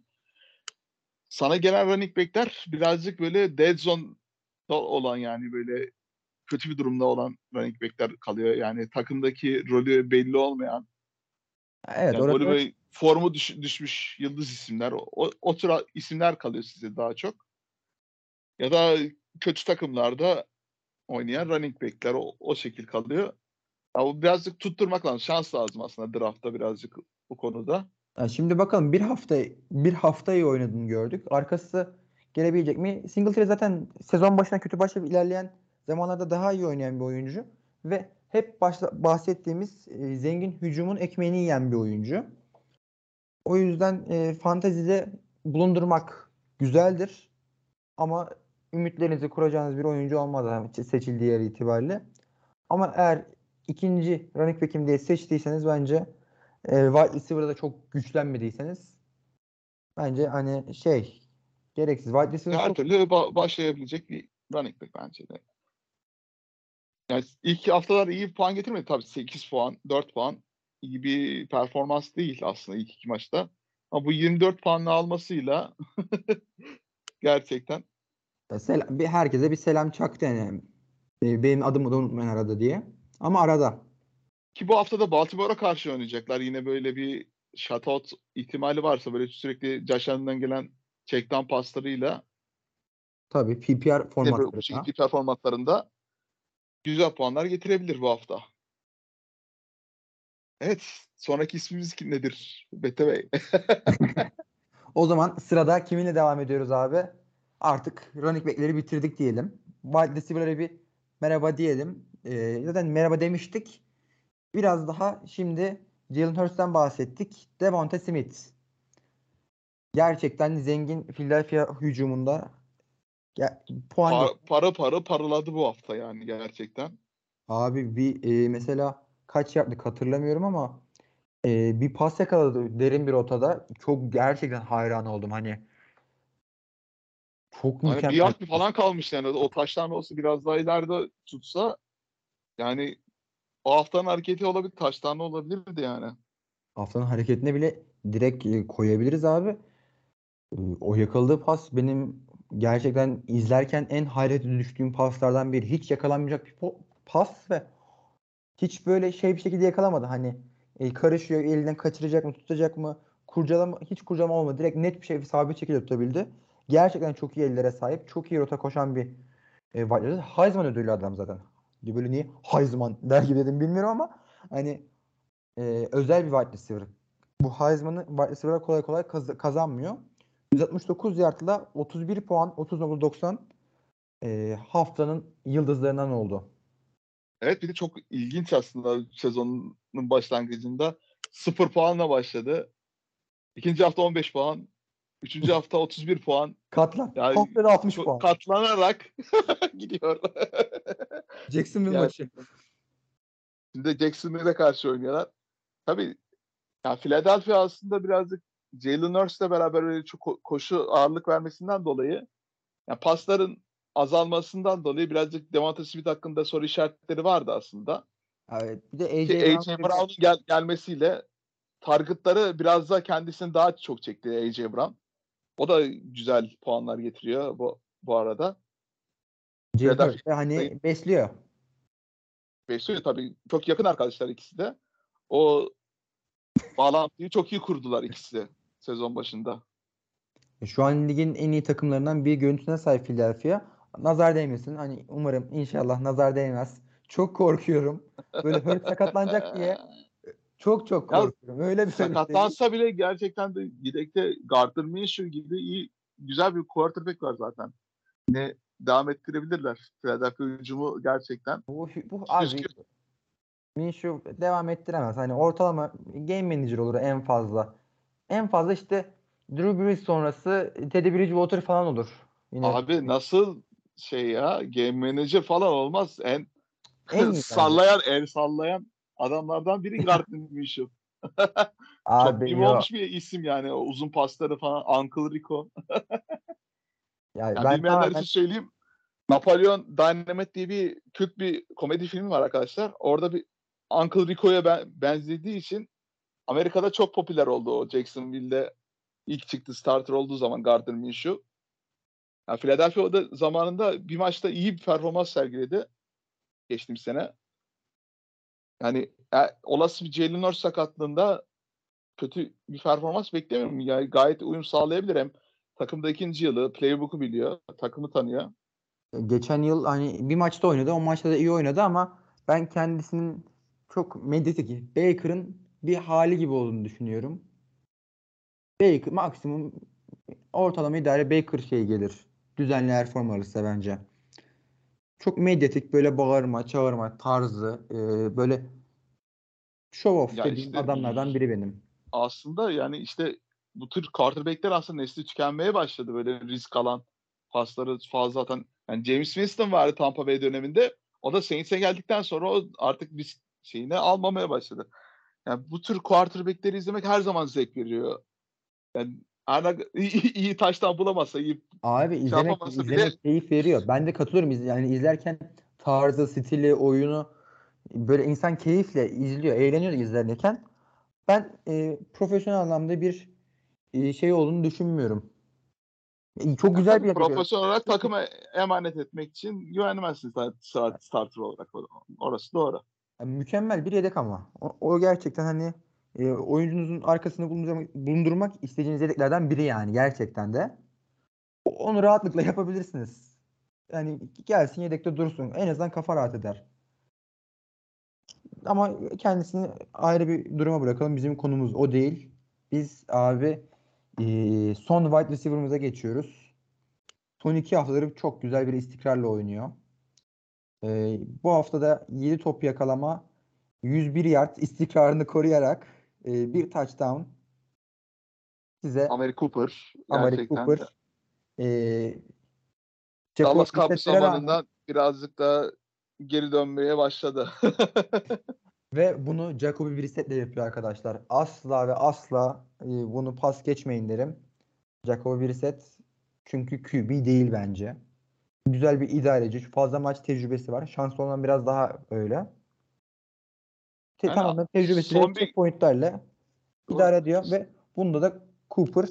Sana gelen running back'ler birazcık böyle dead zone'da olan yani böyle kötü bir durumda olan running back'ler kalıyor. Yani takımdaki rolü belli olmayan Evet, yani orası öyle. böyle formu düş- düşmüş yıldız isimler o, o tür isimler kalıyor size daha çok. Ya da kötü takımlarda oynayan running back'ler o, o şekil kalıyor. Ya bu birazcık tutturmak lazım. Şans lazım aslında draft'ta birazcık bu konuda. Yani şimdi bakalım bir hafta bir hafta iyi oynadığını gördük. Arkası gelebilecek mi? Singletary zaten sezon başına kötü başlayıp ilerleyen zamanlarda daha iyi oynayan bir oyuncu ve hep başta bahsettiğimiz e, zengin hücumun ekmeğini yiyen bir oyuncu. O yüzden e, fantezide bulundurmak güzeldir ama ümitlerinizi kuracağınız bir oyuncu olmaz yani seçildiği yer itibariyle. Ama eğer ikinci running back'im diye seçtiyseniz bence e, wide receiver'da da çok güçlenmediyseniz bence hani şey gereksiz. Wide receiver Her çok türlü ba- başlayabilecek bir running back bence de. Yani ilk haftalar iyi bir puan getirmedi tabii. sekiz puan, dört puan iyi bir performans değil aslında ilk iki maçta. Ama bu yirmi dört puanla almasıyla gerçekten. selam, bir herkese bir selam çaktı yani. E, benim adımı da unutmayın arada diye. Ama arada. Ki bu hafta da Baltimore'a karşı oynayacaklar. Yine böyle bir shutout ihtimali varsa böyle sürekli Josh Allen'dan gelen check-down paslarıyla Tabii P P R de böyle bu formatlarına. şekilde performanslarında güzel puanlar getirebilir bu hafta. Evet. Sonraki ismimiz kim nedir? Bete Bey. O zaman sırada kiminle devam ediyoruz abi? Artık running back'leri bitirdik diyelim. Wide receiver'lara bir merhaba diyelim. E, zaten merhaba demiştik. Biraz daha şimdi Jalen Hurts'ten bahsettik. Devonta Smith. Gerçekten zengin Philadelphia hücumunda ya, puan Par, getirdi. para para paraladı bu hafta yani gerçekten. Abi bir e, mesela kaç yaptık hatırlamıyorum ama e, bir pas yakaladı derin bir rotada. Çok gerçekten hayran oldum. Hani çok Hani bir mükemmel yard bir pas. falan kalmış yani. O taştan olsa biraz daha ileride tutsa yani o haftanın hareketi olabilir. Taştan olabilirdi yani. Haftanın hareketine bile direkt e, koyabiliriz abi. E, O yakaladığı pas benim gerçekten izlerken en hayrete düştüğüm paslardan biri. Hiç yakalanmayacak bir po- pas ve hiç böyle şey bir şekilde yakalamadı. Hani e, karışıyor, elinden kaçıracak mı, tutacak mı? Kurcalama, hiç kurcalama olmadı. Direkt net bir şey sabit şekilde tutabildi. Gerçekten çok iyi ellere sahip. Çok iyi rota koşan bir e, wide receiver. Heisman ödüllü adam zaten. Böyle niye Heisman der gibi dedim bilmiyorum ama hani e, özel bir wide receiver. Bu Heisman'ı wide receiver'lar kolay kolay kaz- kazanmıyor. yüz altmış dokuz yardla otuz bir puan, otuz nokta doksan e, haftanın yıldızlarından oldu. Evet bir de çok ilginç aslında sezonun başlangıcında sıfır puanla başladı. İkinci hafta on beş puan. Üçüncü hafta otuz bir puan. Katlar. Yani Haftada altmış çok puan. katlanarak gidiyor. Jacksonville maçı. Gerçekten. Şimdi Jacksonville'e karşı oynuyorlar. Tabii yani Philadelphia aslında birazcık Jalen Hurts'la beraber öyle çok ko- koşu ağırlık vermesinden dolayı yani pasların azalmasından dolayı birazcık Devonta Smith hakkında soru işaretleri vardı aslında. Evet. Bir de A Ki J Brown A J gibi bir Brown'un gel- gelmesiyle targetları biraz da kendisini daha çok çekti A J Brown. O da güzel puanlar getiriyor bu, bu arada. Jalen Philadelphia Hurts de hani besliyor. besliyor tabii. Çok yakın arkadaşlar ikisi de. O bağlantıyı çok iyi kurdular ikisi de sezon başında. E, Şu an ligin en iyi takımlarından bir görüntüsüne sahip Philadelphia. Nazar değmesin. Hani umarım inşallah nazar değmez. Çok korkuyorum. Böyle Hurts sakatlanacak diye çok çok Ya korkuyorum. Öyle böyle değil. sakatlansa bile gerçekten de yedekte Gardner Minshew gibi iyi güzel bir quarterback var zaten. Ne devam ettirebilirler. Philadelphia hücumu gerçekten Bu, bu ki abi gözüküyor. Minshew devam ettiremez. Hani ortalama game manager olur en fazla. En fazla işte Drew Brees sonrası Teddy Bridgewater falan olur. Yine Abi nasıl şey ya game manager falan olmaz. En en iyi bence. sallayan el sallayan adamlardan biri Gardner Minshew. Çok Abi meme yo. olmuş bir isim yani. O uzun pasları falan. Uncle Rico. Yani Yani ben bilmeyenler için tamamen söyleyeyim. Napolyon Dynamite diye bir Kürt bir komedi filmi var arkadaşlar. Orada bir Uncle Rico'ya ben, benzediği için Amerika'da çok popüler oldu o Jacksonville'de ilk çıktı starter olduğu zaman Gardner Minshew. Yani Philadelphia'da zamanında bir maçta iyi bir performans sergiledi geçtiğimiz sene. Yani e, olası bir Jalen Hurts sakatlığında kötü bir performans beklemiyorum. Yani gayet uyum sağlayabilir. Hem takımda ikinci yılı, playbook'u biliyor, takımı tanıyor. Geçen yıl hani bir maçta oynadı. O maçta da iyi oynadı ama ben kendisinin çok medyatik, Baker'ın bir hali gibi olduğunu düşünüyorum. Baker maksimum ortalama idare Baker şey gelir. Düzenli her form alırsa bence. Çok medyatik, böyle bağırma, çağırma tarzı, e, böyle show off Ya dediğim işte adamlardan biri benim. aslında yani işte bu tür quarterback'ler aslında nesli tükenmeye başladı. Böyle risk alan, pasları fazla atan. Yani James Winston vardı Tampa Bay döneminde. O da Saints'e geldikten sonra o artık risk şeyini almamaya başladı. Yani bu tür quarterback'leri izlemek her zaman zevk veriyor. Yani hala iyi, iyi taştan bulamazsa, iyi Abi şey izlemek yapamazsa bile izlemek keyif veriyor. Ben de katılıyorum. İz- Yani izlerken tarzı, stili, oyunu böyle insan keyifle izliyor, eğleniyor izlerken. Ben e, profesyonel anlamda bir e, şey olduğunu düşünmüyorum. E, Çok ya güzel bir tabii yapı. profesyonel olarak takıma emanet etmek için güvenmezsin start, start, starter olarak. Orası doğru. Yani mükemmel bir yedek ama. O, o gerçekten hani e, oyuncunuzun arkasını bulundurmak, bulundurmak isteyeceğiniz yedeklerden biri yani gerçekten de. O- Onu rahatlıkla yapabilirsiniz. Yani gelsin yedekte dursun. En azından kafa rahat eder. Ama kendisini ayrı bir duruma bırakalım. Bizim konumuz o değil. Biz abi e, son wide receiver'ımıza geçiyoruz. Son iki haftadır çok güzel bir istikrarla oynuyor. E, bu hafta da yedi top yakalama, yüz bir yard istikrarını koruyarak e, bir touchdown size Amari Cooper Amari gerçekten Cooper, e, Jacob Dallas Cowboys Brissett'lere rağmen zamanından birazcık da geri dönmeye başladı. ve bunu Jacoby Brissett'le yapıyor arkadaşlar. Asla ve asla e, bunu pas geçmeyin derim. Jacoby Brissett çünkü Q B değil bence. Güzel bir idareci. Fazla maç tecrübesi var. Şanslı olan biraz daha öyle. Te- Yani tamamen tecrübesiyle son bir checkpointlerle doğru. idare ediyor ve bunda da Cooper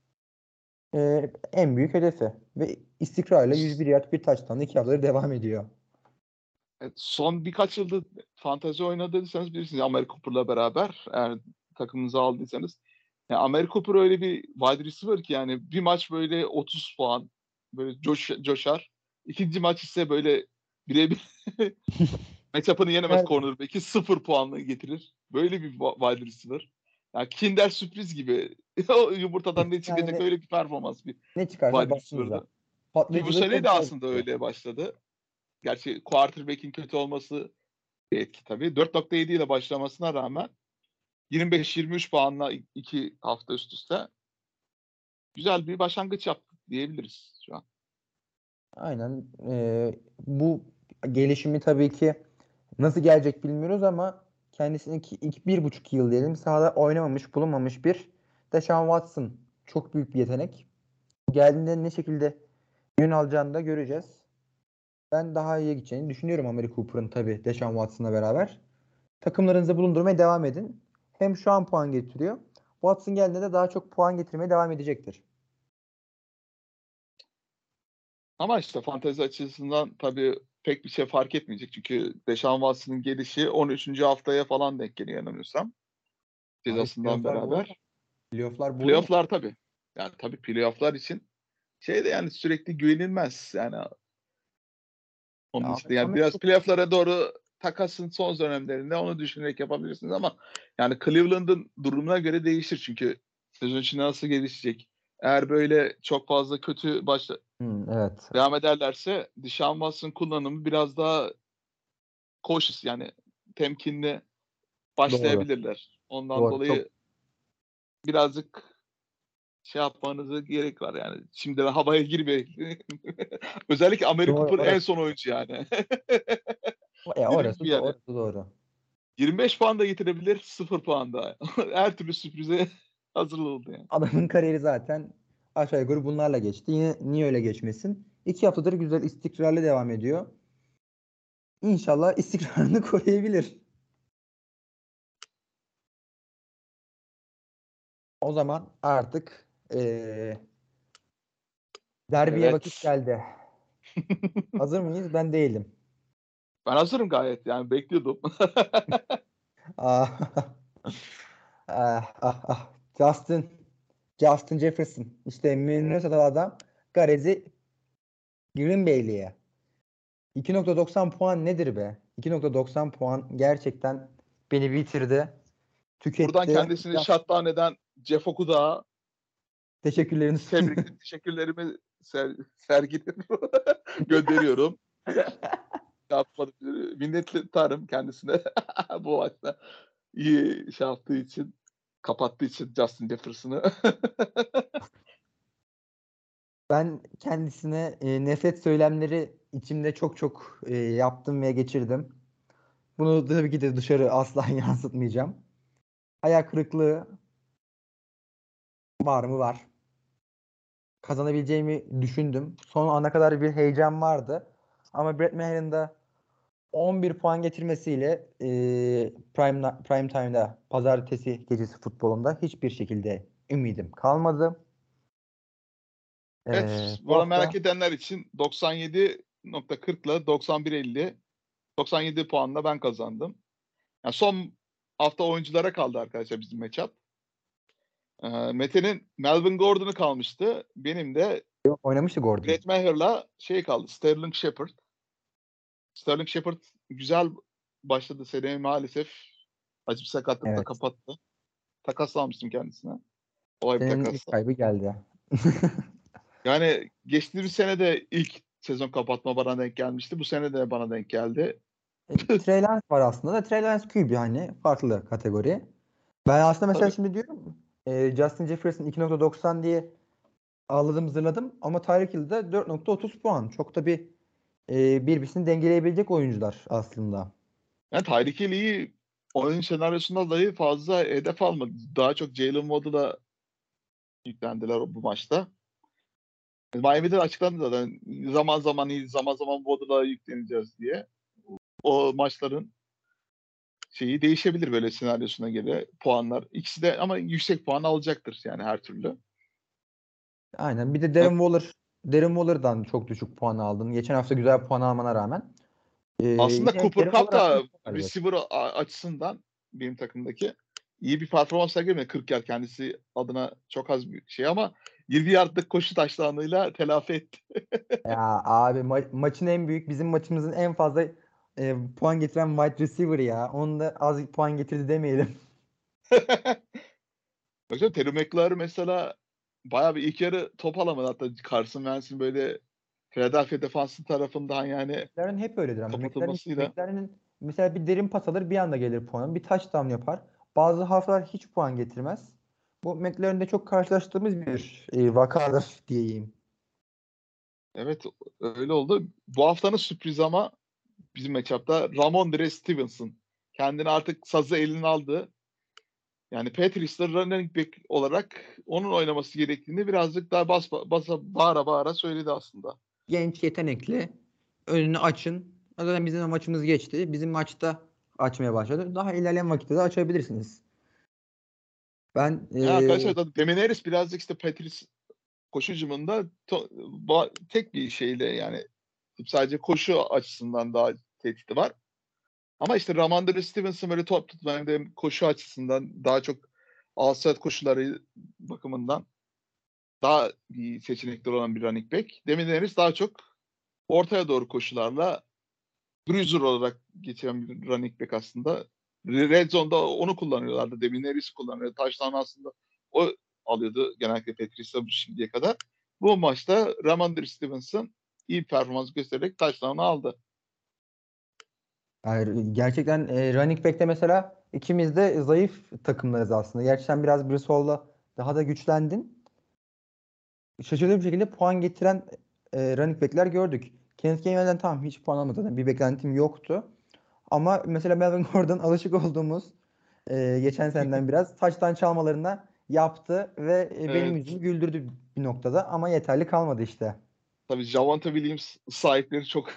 e, en büyük hedefi. Ve istikrarla yüz bir yard bir touchdown iki haftadır devam ediyor. Evet, son birkaç yıldır fantezi oynadıysanız bilirsiniz Amari Cooper'la beraber eğer takımınıza aldıysanız. Yani Amari Cooper öyle bir wide receiver ki yani bir maç böyle otuz puan böyle coş, coşar. İkinci maç ise böyle birebir matchup'ını yenemez Nerede? cornerback'i sıfır puanla getirir. Böyle bir wa- wide receiver. Yani Kinder sürpriz gibi o yumurtadan ne Yani çıkacak ne, öyle bir performans bir ne çıkarsa wide başınıza. receiver'dı. Ki bu Patlayıcılığı sene çok de güzel aslında tutuyor. öyle başladı. Gerçi quarterback'in kötü olması bir etki tabii. dört nokta yedi ile başlamasına rağmen yirmi beş yirmi üç puanla iki hafta üst üste güzel bir başlangıç yaptık diyebiliriz şu an. Aynen. Ee, bu gelişimi tabii ki nasıl gelecek bilmiyoruz ama kendisini iki, iki, bir buçuk yıl diyelim sahada oynamamış, bulunmamış bir Deshaun Watson. Çok büyük bir yetenek. Geldiğinde ne şekilde yön alacağını da göreceğiz. Ben daha iyi gideceğini düşünüyorum Amari Cooper'ın tabii Deshaun Watson'la beraber. Takımlarınızı bulundurmaya devam edin. Hem şu an puan getiriyor. Watson geldiğinde de daha çok puan getirmeye devam edecektir. Ama işte fantezi açısından tabii pek bir şey fark etmeyecek. Çünkü Deshaun Watson'ın gelişi on üçüncü haftaya falan denk geliyor yanılmıyorsam. Abi Cezasından playofflar boru mu? beraber. Playofflar boru mu? Playoff'lar tabii. Yani tabii playoff'lar için şey de yani sürekli güvenilmez. Yani Ya onun Ahmet, için yani Ahmet biraz çok playoff'lara doğru takasın son dönemlerinde onu düşünerek yapabilirsiniz ama yani Cleveland'ın durumuna göre değişir çünkü sezon içinde nasıl gelişecek. Eğer böyle çok fazla kötü başla Hmm, evet. devam ederlerse Deshaun Watson kullanımı biraz daha cautious yani temkinli Doğru. başlayabilirler. Ondan Doğru. Çok dolayı birazcık şey yapmanıza gerek var yani. Şimdiden havaya girmeyin. Özellikle Amari doğru. Cooper en Orası. son oyuncu yani. Ya Gireyim bir orası da yere. orası doğru. yirmi beş puan da getirebilir, sıfır puan da. Her türlü sürprize hazır oldu yani. Adamın kariyeri zaten aşağı yukarı bunlarla geçti. Yine niye öyle geçmesin? İki haftadır güzel istikrarlı devam ediyor. İnşallah istikrarını koruyabilir. O zaman artık eee, derbiye vakit Evet. geldi. Hazır mıyız? Ben değilim. Ben hazırım gayet yani bekliyordum. Ah, ah, ah, ah. Justin Justin Jefferson. İşte Minnesota'da adam garezi Green Bay'liye. iki nokta doksan puan nedir be? iki nokta doksan puan gerçekten beni bitirdi. Tüketti. Buradan kendisini Ya, şarttan eden Jeff Okudak'a teşekkürleriniz. tebrik, teşekkürlerimi ser, sergilerim. Gönderiyorum. Yapmadım. Minnettarım kendisine bu maçta iyi şey yaptığı için, kapattığı için Justin Jefferson'ı. Ben kendisine e, nefret söylemleri içimde çok çok e, yaptım ve geçirdim. Bunu tabii ki de dışarı asla yansıtmayacağım. Hayal kırıklığı var mı? Var. Kazanabileceğimi düşündüm. Son ana kadar bir heyecan vardı. Ama Brett Maher'ın da on bir puan getirmesiyle e, prime, prime time'da pazartesi gecesi futbolunda hiçbir şekilde ümidim kalmadı. Evet, E, bu bu arada merak hafta edenler için doksan yedi nokta kırk ile doksan bir elli doksan yedi puanla ben kazandım. Yani son hafta oyunculara kaldı arkadaşlar bizim matchup. Ee, Mete'nin Melvin Gordon'u kalmıştı. Benim de oynamıştı Gordon. Brett Maher'la şey kaldı. Sterling Shepard. Sterling Shepard güzel başladı seneye maalesef. Acı bir sakatlıkla Evet. kapattı. Takas almıştım kendisine. Olay bir Senin ilk takasla. kaybı geldi. Yani geçtiğimiz sene de ilk sezon kapatma bana denk gelmişti. Bu sene de bana denk geldi. E, Trey Lance var aslında da Trey Lance Q B hani farklı kategori. Ben aslında mesela Tabii. şimdi diyorum e, Justin Jefferson iki nokta doksan diye ağladım zırladım ama Tyreek Hill de dört nokta otuz puan. Çok da bir e, birbirini dengeleyebilecek oyuncular aslında. Yani Tyreek Hill iyi oyun senaryosunda dahi fazla hedef almadı. Daha çok Jalen Waddle'a yüklendiler bu maçta. Miami'de açıklandı zaten. Zaman zaman iyi, zaman zaman Waddle'a yükleneceğiz diye. O maçların şeyi değişebilir böyle senaryosuna göre puanlar. İkisi de ama yüksek puan alacaktır yani her türlü. Aynen. Bir de Yani Darren Waller Darren Waller'dan çok düşük puan aldın. Geçen hafta güzel puan almana rağmen. E, aslında şey, Cooper Darren Kupp Waller da hakkında çok var. receiver a- açısından benim takımdaki iyi bir performans sergilemiyor. kırk yard kendisi adına çok az bir şey ama yirmi yardlık koşu taşlanıyla telafi etti. Ya abi ma- maçın en büyük bizim maçımızın en fazla e, puan getiren wide receiver ya. Onu da az puan getirdi demeyelim. Hocam Terry McLaurin mesela bayağı bir ilk yarı top alamadı. Hatta Carson Wentz'in böyle Philadelphia defansı tarafından yani McLaren hep öyledir ama McLaren, kapatılmasıyla. McLaren'in mesela bir derin pas alır bir anda gelir puanı. Bir touchdown yapar. Bazı haftalar hiç puan getirmez. Bu McLaren'de çok karşılaştığımız bir e, vakadır diyeyim. Evet öyle oldu. Bu haftanın sürprizi ama bizim matchup'ta Ramondre Stevenson. Kendini artık sazı eline aldı. Yani Patriots'ta running back olarak onun oynaması gerektiğini birazcık daha bas, basa, bağıra bağıra söyledi aslında. Genç, yetenekli. Önünü açın. Zaten bizim de maçımız geçti. Bizim maçta açmaya başladı. Daha ilerleyen vakitte de açabilirsiniz. Ben Ya e, arkadaşlar da Damien Harris birazcık işte Patriots koşu hücumunda to, ba, tek bir şeyle yani sadece koşu açısından daha tehdidi var. Ama işte Ramondre Stevenson böyle top tutma hem de koşu açısından daha çok outside koşuları bakımından daha bir seçenekli olan bir running back. Damien Harris daha çok ortaya doğru koşularla bruiser olarak geçen bir running back aslında. Red Zone'da onu kullanıyorlardı. Damien Harris'i kullanıyordu. Touchdown aslında o alıyordu genellikle Patrice'la şimdiye kadar. Bu maçta Ramondre Stevenson iyi performans göstererek touchdown'u aldı. yani gerçekten e, running back'te mesela ikimiz de zayıf takımlarız aslında. Gerçi sen biraz Brissol'la daha da güçlendin. Şaşırdığım şekilde puan getiren e, running back'ler gördük. Kenneth Gainwell'den tamam hiç puan almadı zaten. Bir beklentim yoktu. Ama mesela Melvin Gordon alışık olduğumuz e, geçen seneden biraz taçtan çalmalarına yaptı ve e, benim Evet. yüzümü güldürdü bir noktada ama yeterli kalmadı işte. Tabii Javonte Williams sahipleri çok.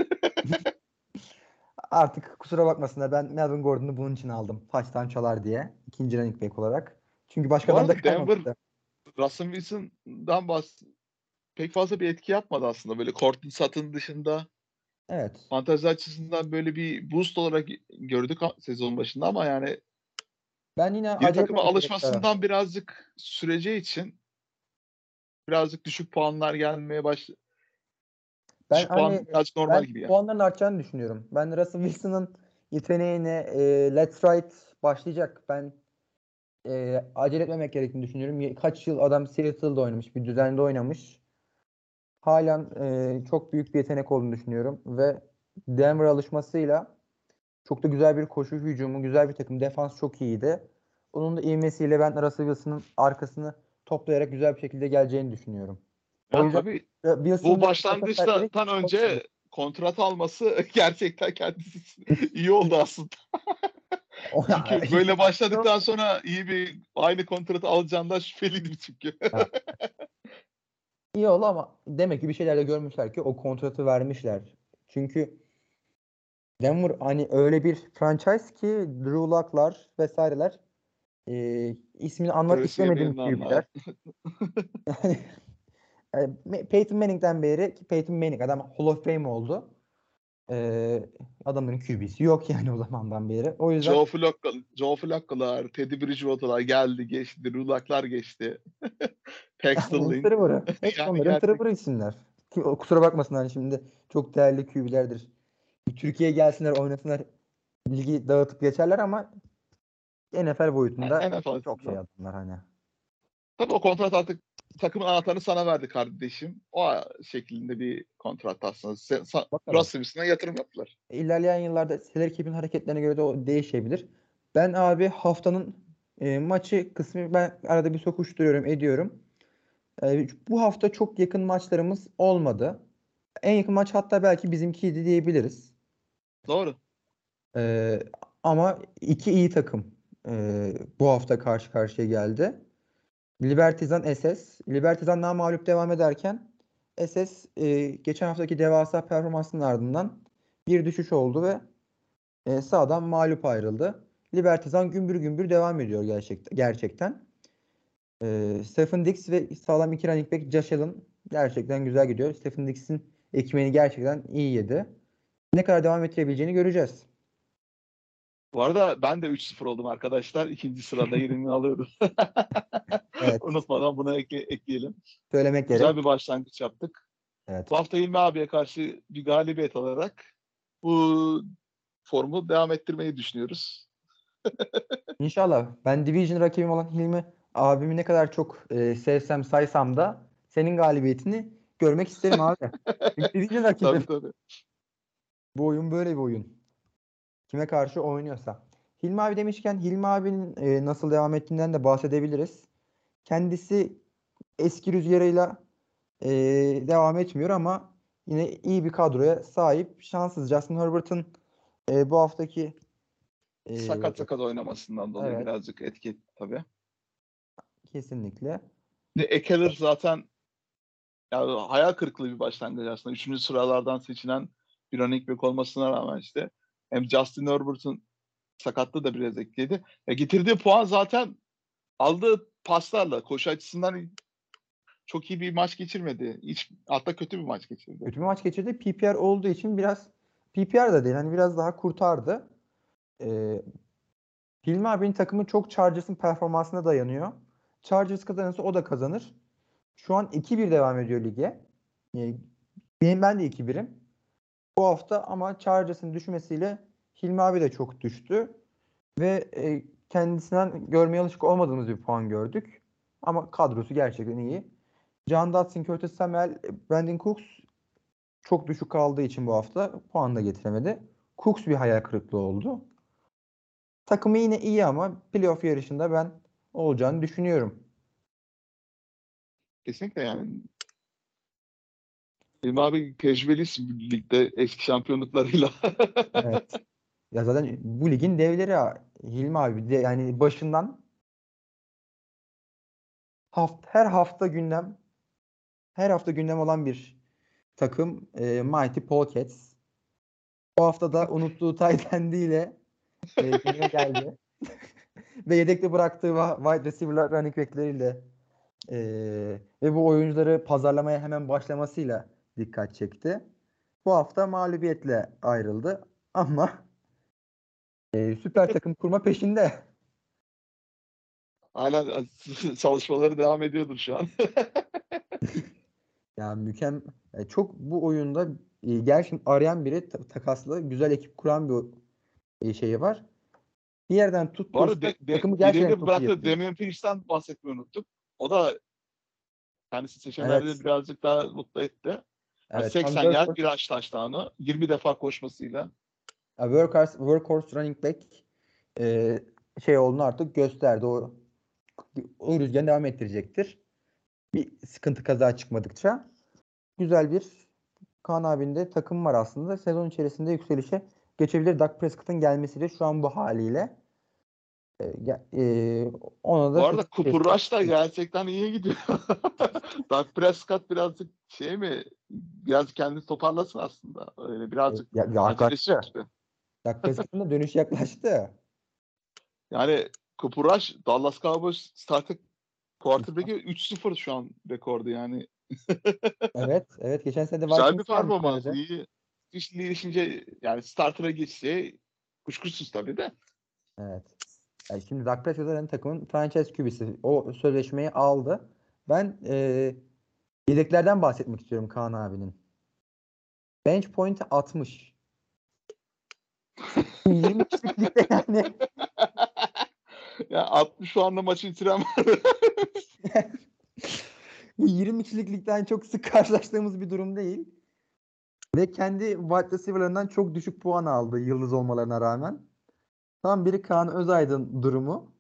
Artık kusura bakmasınlar ben Melvin Gordon'u bunun için aldım. Taçtan çalar diye. İkinci running back olarak. Çünkü Bu başkaları da arada Denver kalmamıştı. Russell Wilson'dan bahs pek fazla bir etki yapmadı aslında. Böyle Courtland Sutton dışında Evet. fantezi açısından böyle bir boost olarak gördük sezon başında ama yani Ben yine yeni acele takıma etmemekte alışmasından taraftarım. birazcık süreceği için birazcık düşük puanlar gelmeye başladı. Ben Düşük puan hani birazcık normal ben gibi ya. puanların artacağını düşünüyorum. Ben Russell Wilson'ın yeteneğine e, let's ride başlayacak. Ben e, acele etmemek gerektiğini düşünüyorum. Ye- Kaç yıl adam Seattle'da oynamış, bir düzende oynamış. Halen e, çok büyük bir yetenek olduğunu düşünüyorum ve Denver alışmasıyla çok da güzel bir koşu hücumu, güzel bir takım. Defans çok iyiydi. Onun da ivmesiyle ben Russell Wilson'ın arkasını toplayarak güzel bir şekilde geleceğini düşünüyorum. O Ya yüzden tabii e, bu Wilson'ın da takım fertleri başlangıçtan çok iyi. önce kontrat alması gerçekten kendisi için iyi oldu aslında. O- Çünkü böyle başladıktan sonra iyi bir aynı kontratı alacağından şüpheliydim çünkü. Ya, iyi oldu ama demek ki bir şeyler de görmüşler ki o kontratı vermişler. Çünkü Denver hani öyle bir franchise ki Drew Lock'lar vesaireler e, ismini anmak Tracy istemediğim Eminenler. Q B'ler. Yani Peyton Manning'den beri ki Peyton Manning adam Hall of Fame oldu. E, adamın Q B'si yok yani o zamandan beri. O yüzden Joe Flacco, Joe Flacco'lar, Teddy Bridgewater'lar geldi geçti. Drew Luck'lar geçti. Paxton yani Lynch. Trevor'ı. Hepsi Yani onların gerçek. Trevor isimler. Ki, o- kusura bakmasın hani şimdi çok değerli Q B'lerdir. Türkiye'ye gelsinler oynasınlar ligi dağıtıp geçerler ama N F L boyutunda En çok şey fazla. adamlar hani. Tabii o kontrat artık takımın anahtarını sana verdi kardeşim. O şeklinde bir kontrat aslında. Sen, sa- Bakalım. Russell Wilson'a yatırım yaptılar. İlerleyen yıllarda salary cap'in hareketlerine göre de o değişebilir. Ben abi haftanın e, maçı kısmı ben arada bir sokuşturuyorum, ediyorum. E, bu hafta çok yakın maçlarımız olmadı. En yakın maç hatta belki bizimkiydi diyebiliriz. Doğru. E, ama iki iyi takım e, bu hafta karşı karşıya geldi. Libertizan S S. Libertizan namağlup devam ederken S S e, geçen haftaki devasa performansının ardından bir düşüş oldu ve e, sağdan mağlup ayrıldı. Libertizan gümbür gümbür devam ediyor gerçekten. gerçekten. E, Stephen Diggs ve sağlam iki running back Josh Allen gerçekten güzel gidiyor. Stephen Diggs'in ekmeğini gerçekten iyi yedi. Ne kadar devam ettirebileceğini göreceğiz. Bu arada ben de üç sıfır oldum arkadaşlar. İkinci sırada yerimi alıyordum. Evet. Unutmadan bunu ekle- ekleyelim. Söylemek Güzel gerek. bir başlangıç yaptık. Evet. Bu hafta İlmi abiye karşı bir galibiyet alarak bu formu devam ettirmeyi düşünüyoruz. İnşallah. Ben Division rakibim olan Hilmi abimi ne kadar çok e, sevsem saysam da senin galibiyetini görmek isterim abi. Çünkü Division rakibim. Tabii tabii. Bu oyun böyle bir oyun. Kime karşı oynuyorsa. Hilmi abi demişken Hilmi abinin e, nasıl devam ettiğinden de bahsedebiliriz. Kendisi eski rüzgarıyla e, devam etmiyor ama yine iyi bir kadroya sahip. Şanssız Justin Herbert'ın e, bu haftaki e, Sakat sakat oynamasından dolayı evet birazcık etki etti tabii. kesinlikle. De Ekeler zaten yani hayal kırıklığı bir başlangıç aslında. Üçüncü sıralardan seçilen bir running back olmasına rağmen işte hem Justin Herbert'ın sakatlığı da biraz ekledi. Ya getirdiği puan zaten aldığı paslarla koşu açısından çok iyi bir maç geçirmedi. Hiç hatta kötü bir maç geçirdi. Kötü bir maç geçirdi. P P R olduğu için biraz P P R da değil. Hani biraz daha kurtardı. Ee, Hilmi abinin takımı çok Chargers'ın performansına dayanıyor. Chargers kazanırsa o da kazanır. Şu an iki bir devam ediyor lige. Ee, benim ben de iki birim. Bu hafta ama Chargers'ın düşmesiyle Hilmi abi de çok düştü. Ve e, kendisinden görmeye alışık olmadığımız bir puan gördük. Ama kadrosu gerçekten iyi. John Dodson, Curtis Samuel, Brandon Cooks çok düşük kaldığı için bu hafta puan da getiremedi. Cooks bir hayal kırıklığı oldu. Takımı yine iyi ama playoff yarışında ben olacağını düşünüyorum. Kesinlikle yani. Benim abi tecrübelisin ligde eski şampiyonluklarıyla. Evet. Ya zaten bu ligin devleri ha, Hilmi abi de yani başından haft her hafta gündem her hafta gündem olan bir takım e, Mighty Pockets. Bu hafta da unuttuğu tight end'iyle e, güne geldi. Ve yedekte bıraktığı wa- wide receiver'lar running back'leriyle e, ve bu oyuncuları pazarlamaya hemen başlamasıyla dikkat çekti. Bu hafta mağlubiyetle ayrıldı ama e, süper takım kurma peşinde. Hala çalışmaları devam ediyordur şu an. Ya mükemmel E, çok bu oyunda e, gerçekten arayan biri ta- takaslı, güzel ekip kuran bir e, şeyi var. Bir yerden Bu arada tuttursa de, de, takımı gerçekten birebir çok iyi bıraktı yapıyor. Damian Pierce'ten bahsetmeyi unuttuk. O da kendisi seçenlerde Evet. birazcık daha mutlu etti. Yani Evet. Tam seksen yard workhorse, bir aç taştanı yirmi defa koşmasıyla. a workhorse, workhorse running back e, şey olduğunu artık gösterdi. O, o rüzgarını devam ettirecektir. Bir sıkıntı kaza çıkmadıkça. Güzel bir Kaan abinin de takım var aslında. Sezon içerisinde yükselişe geçebilir. Dak Prescott'ın gelmesiyle şu an bu haliyle. E, ge- e, ona da Bu arada sezon Cooper içerisinde Rush da gerçekten iyi gidiyor. Dak Prescott birazcık şey mi? Biraz kendini toparlasın aslında. Öyle e, birazcık ya- acelesi yaklaştı. çıktı. Dak Prescott'ın da dönüş yaklaştı. Yani Cooper Rush Dallas Cowboys starting quarterback'i üç sıfır şu an rekordu yani. Evet, evet. Geçen sene de Güzel bir Vikings'i performans. yenmişlerdi. İyi. İşte ilişince yani starter'a geçse kuşkusuz tabii de. Evet. Yani şimdi Dak Prescott zaten takımın franchise Q B'si. O sözleşmeyi aldı. Ben e, yedeklerden bahsetmek istiyorum Kaan abinin. Bench point'i altmış. yirmi kişilik ligde yani. Ya altmış şu anda maçı bitiren var. Bu yirmi kişilik ligden çok sık karşılaştığımız bir durum değil. Ve kendi wide receiver'larından çok düşük puan aldı yıldız olmalarına rağmen. Tam biri Kaan Özaydın durumu.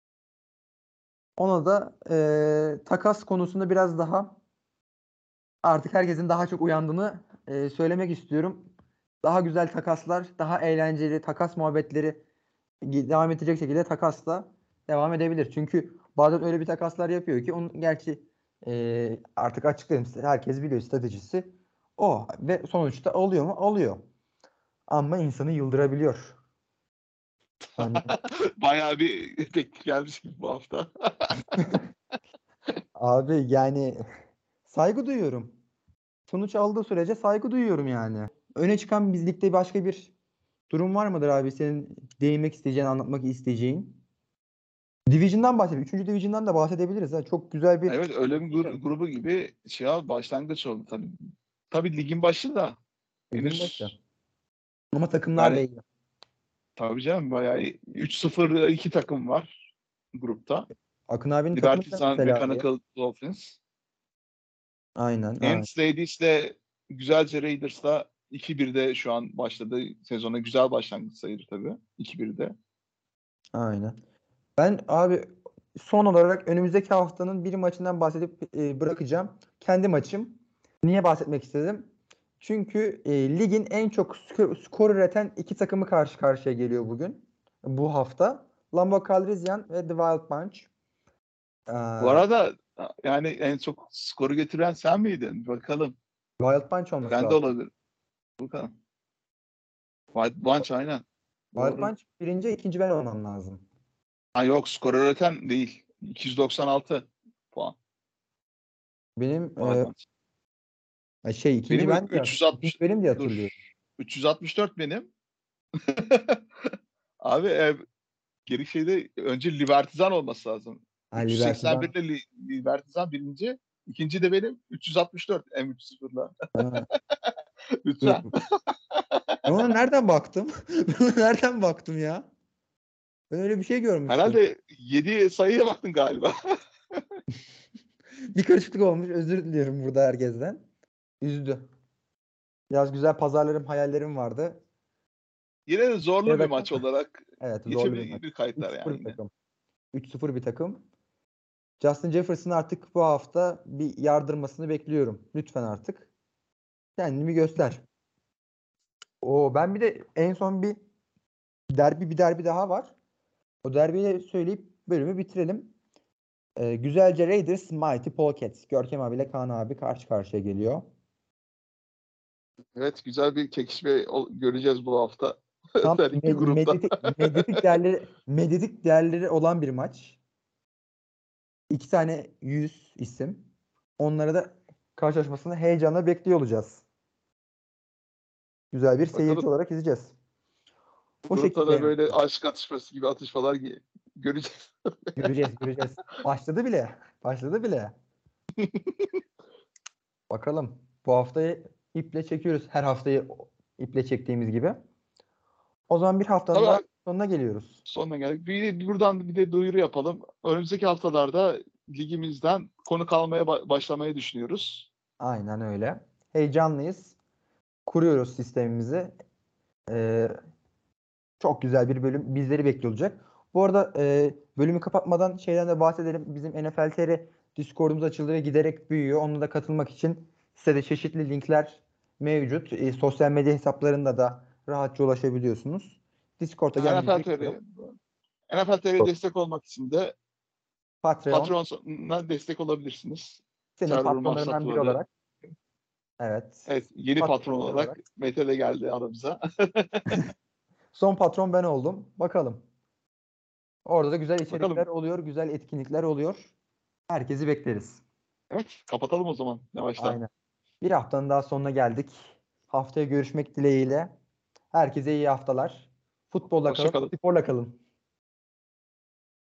Ona da e, takas konusunda biraz daha artık herkesin daha çok uyandığını e, söylemek istiyorum. Daha güzel takaslar, daha eğlenceli takas muhabbetleri devam edecek şekilde takasla devam edebilir. Çünkü bazen öyle bir takaslar yapıyor ki onun gerçi e, artık açıklayayım size herkes biliyor stratejisi o ve sonuçta oluyor mu? Oluyor. Ama insanı yıldırabiliyor. Hani Bayağı bir teklif gelmiş gibi bu hafta. abi yani saygı duyuyorum. Sonuç aldığı sürece saygı duyuyorum yani. Öne çıkan bizlikte başka bir durum var mıdır abi senin değinmek isteyeceğin, anlatmak isteyeceğin? Division'dan bahsedelim. Üçüncü Division'dan da bahsedebiliriz. Ha. Çok güzel bir Evet öyle bir gru- grubu gibi şey abi başlangıç oldu tabii. Tabii ligin başı da ligin başı. henüz Ama takımlar yani belli. tabii canım bayağı üç sıfır iki takım var grupta. Akın abinin takımı da Libertizan mesela abi. Mechanical Dolphins. Aynen, aynen. Ants Ladies'le güzelce Raiders'la iki birde şu an başladı. Sezona güzel başlangıç sayılır tabii. iki birde. Aynen. Ben abi son olarak önümüzdeki haftanın bir maçından bahsedip e, bırakacağım. Kendi maçım. Niye bahsetmek istedim? Çünkü e, ligin en çok skor, skor üreten iki takımı karşı karşıya geliyor bugün. Bu hafta. Lambeau Calrissian ve The Wild Bunch. Bu Ee, arada yani en çok skoru getiren sen miydin? Bakalım. Wild Bunch olması Ben de lazım. olabilir. Bakalım. White Bunch aynen. Wild Doğru. Bunch birinci, ikinci ben olmam lazım. Ha yok skor üreten değil. iki yüz doksan altı puan. Benim White e, Bunch. şey ikinci Benim ben de ikinci üç yüz altmış benim diye hatırlıyorum. dur. üç yüz altmış dört benim. Abi e, geri şeyde önce Libertizan olması lazım. Ha, Liberty'den. üç yüz seksen birde Li- Libertizan birinci. İkinci de benim üç yüz altmış dört M üç sıfırla. Ha, Lütfen. ben ona nereden baktım? Ben ona nereden baktım ya? Ben öyle bir şey görmüştüm. Herhalde yedi sayıya baktın galiba. Bir karışıklık olmuş. Özür diliyorum burada herkesten. Üzdü. Biraz güzel pazarlarım, hayallerim vardı. Yine de Bir zorlu bir baktım. maç olarak Evet, zorlu bir maç. geçebilir kayıtlar üç sıfır yani bir yine. takım. üç sıfır bir takım. Justin Jefferson'ı artık bu hafta bir yardırmasını bekliyorum. Lütfen artık. Kendini göster. Oo, ben bir de en son bir derbi bir derbi daha var. O derbiyi söyleyip bölümü bitirelim. Ee, güzelce Raiders Mighty Pockets. Görkem abiyle Kaan abi karşı karşıya geliyor. Evet güzel bir çekişme ol- göreceğiz bu hafta. Tam Her iki med- grupta. medyatik, medyatik değerleri medyatik değerleri olan bir maç. İki tane yüz isim. Onları da karşılaşmasını heyecanla bekliyor olacağız. Güzel bir seyirci Bakalım olarak izleyeceğiz. O grupta şekilde da yani. böyle aşk atışması gibi atışmalar ge- göreceğiz. Göreceğiz, göreceğiz. Başladı bile. Başladı bile. Bakalım. Bu haftayı iple çekiyoruz. Her haftayı iple çektiğimiz gibi. O zaman bir haftanın daha Tabii sonuna geliyoruz. sonuna geldik. Bir, buradan bir de duyuru yapalım. Önümüzdeki haftalarda ligimizden konuk almaya ba- başlamayı düşünüyoruz. Aynen öyle. Heyecanlıyız. Kuruyoruz sistemimizi. Ee, Çok güzel bir bölüm bizleri bekliyor olacak. Bu arada e, bölümü kapatmadan şeyden de bahsedelim. Bizim N F L T R Discord'umuz açıldı ve giderek büyüyor. Onunla da katılmak için sitede çeşitli linkler mevcut. E, sosyal medya hesaplarında da rahatça ulaşabiliyorsunuz. Discord'a gelmeyi NFL bekliyorum. T V N F L T V'ye destek olmak için de Patreon Patreon'a destek olabilirsiniz. senin Server patronlarından biri masrafları. olarak. Evet. Evet, yeni patron Patron olarak olarak. Mete de geldi aramıza. Son patron ben oldum. Bakalım. Orada da güzel içerikler Bakalım. oluyor, güzel etkinlikler oluyor. Herkesi bekleriz. Evet, kapatalım o zaman yavaştan. Aynen. Bir haftanın daha sonuna geldik. Haftaya görüşmek dileğiyle. Herkese iyi haftalar. Futbolla Hoşça kalın, kalın. sporla kalın.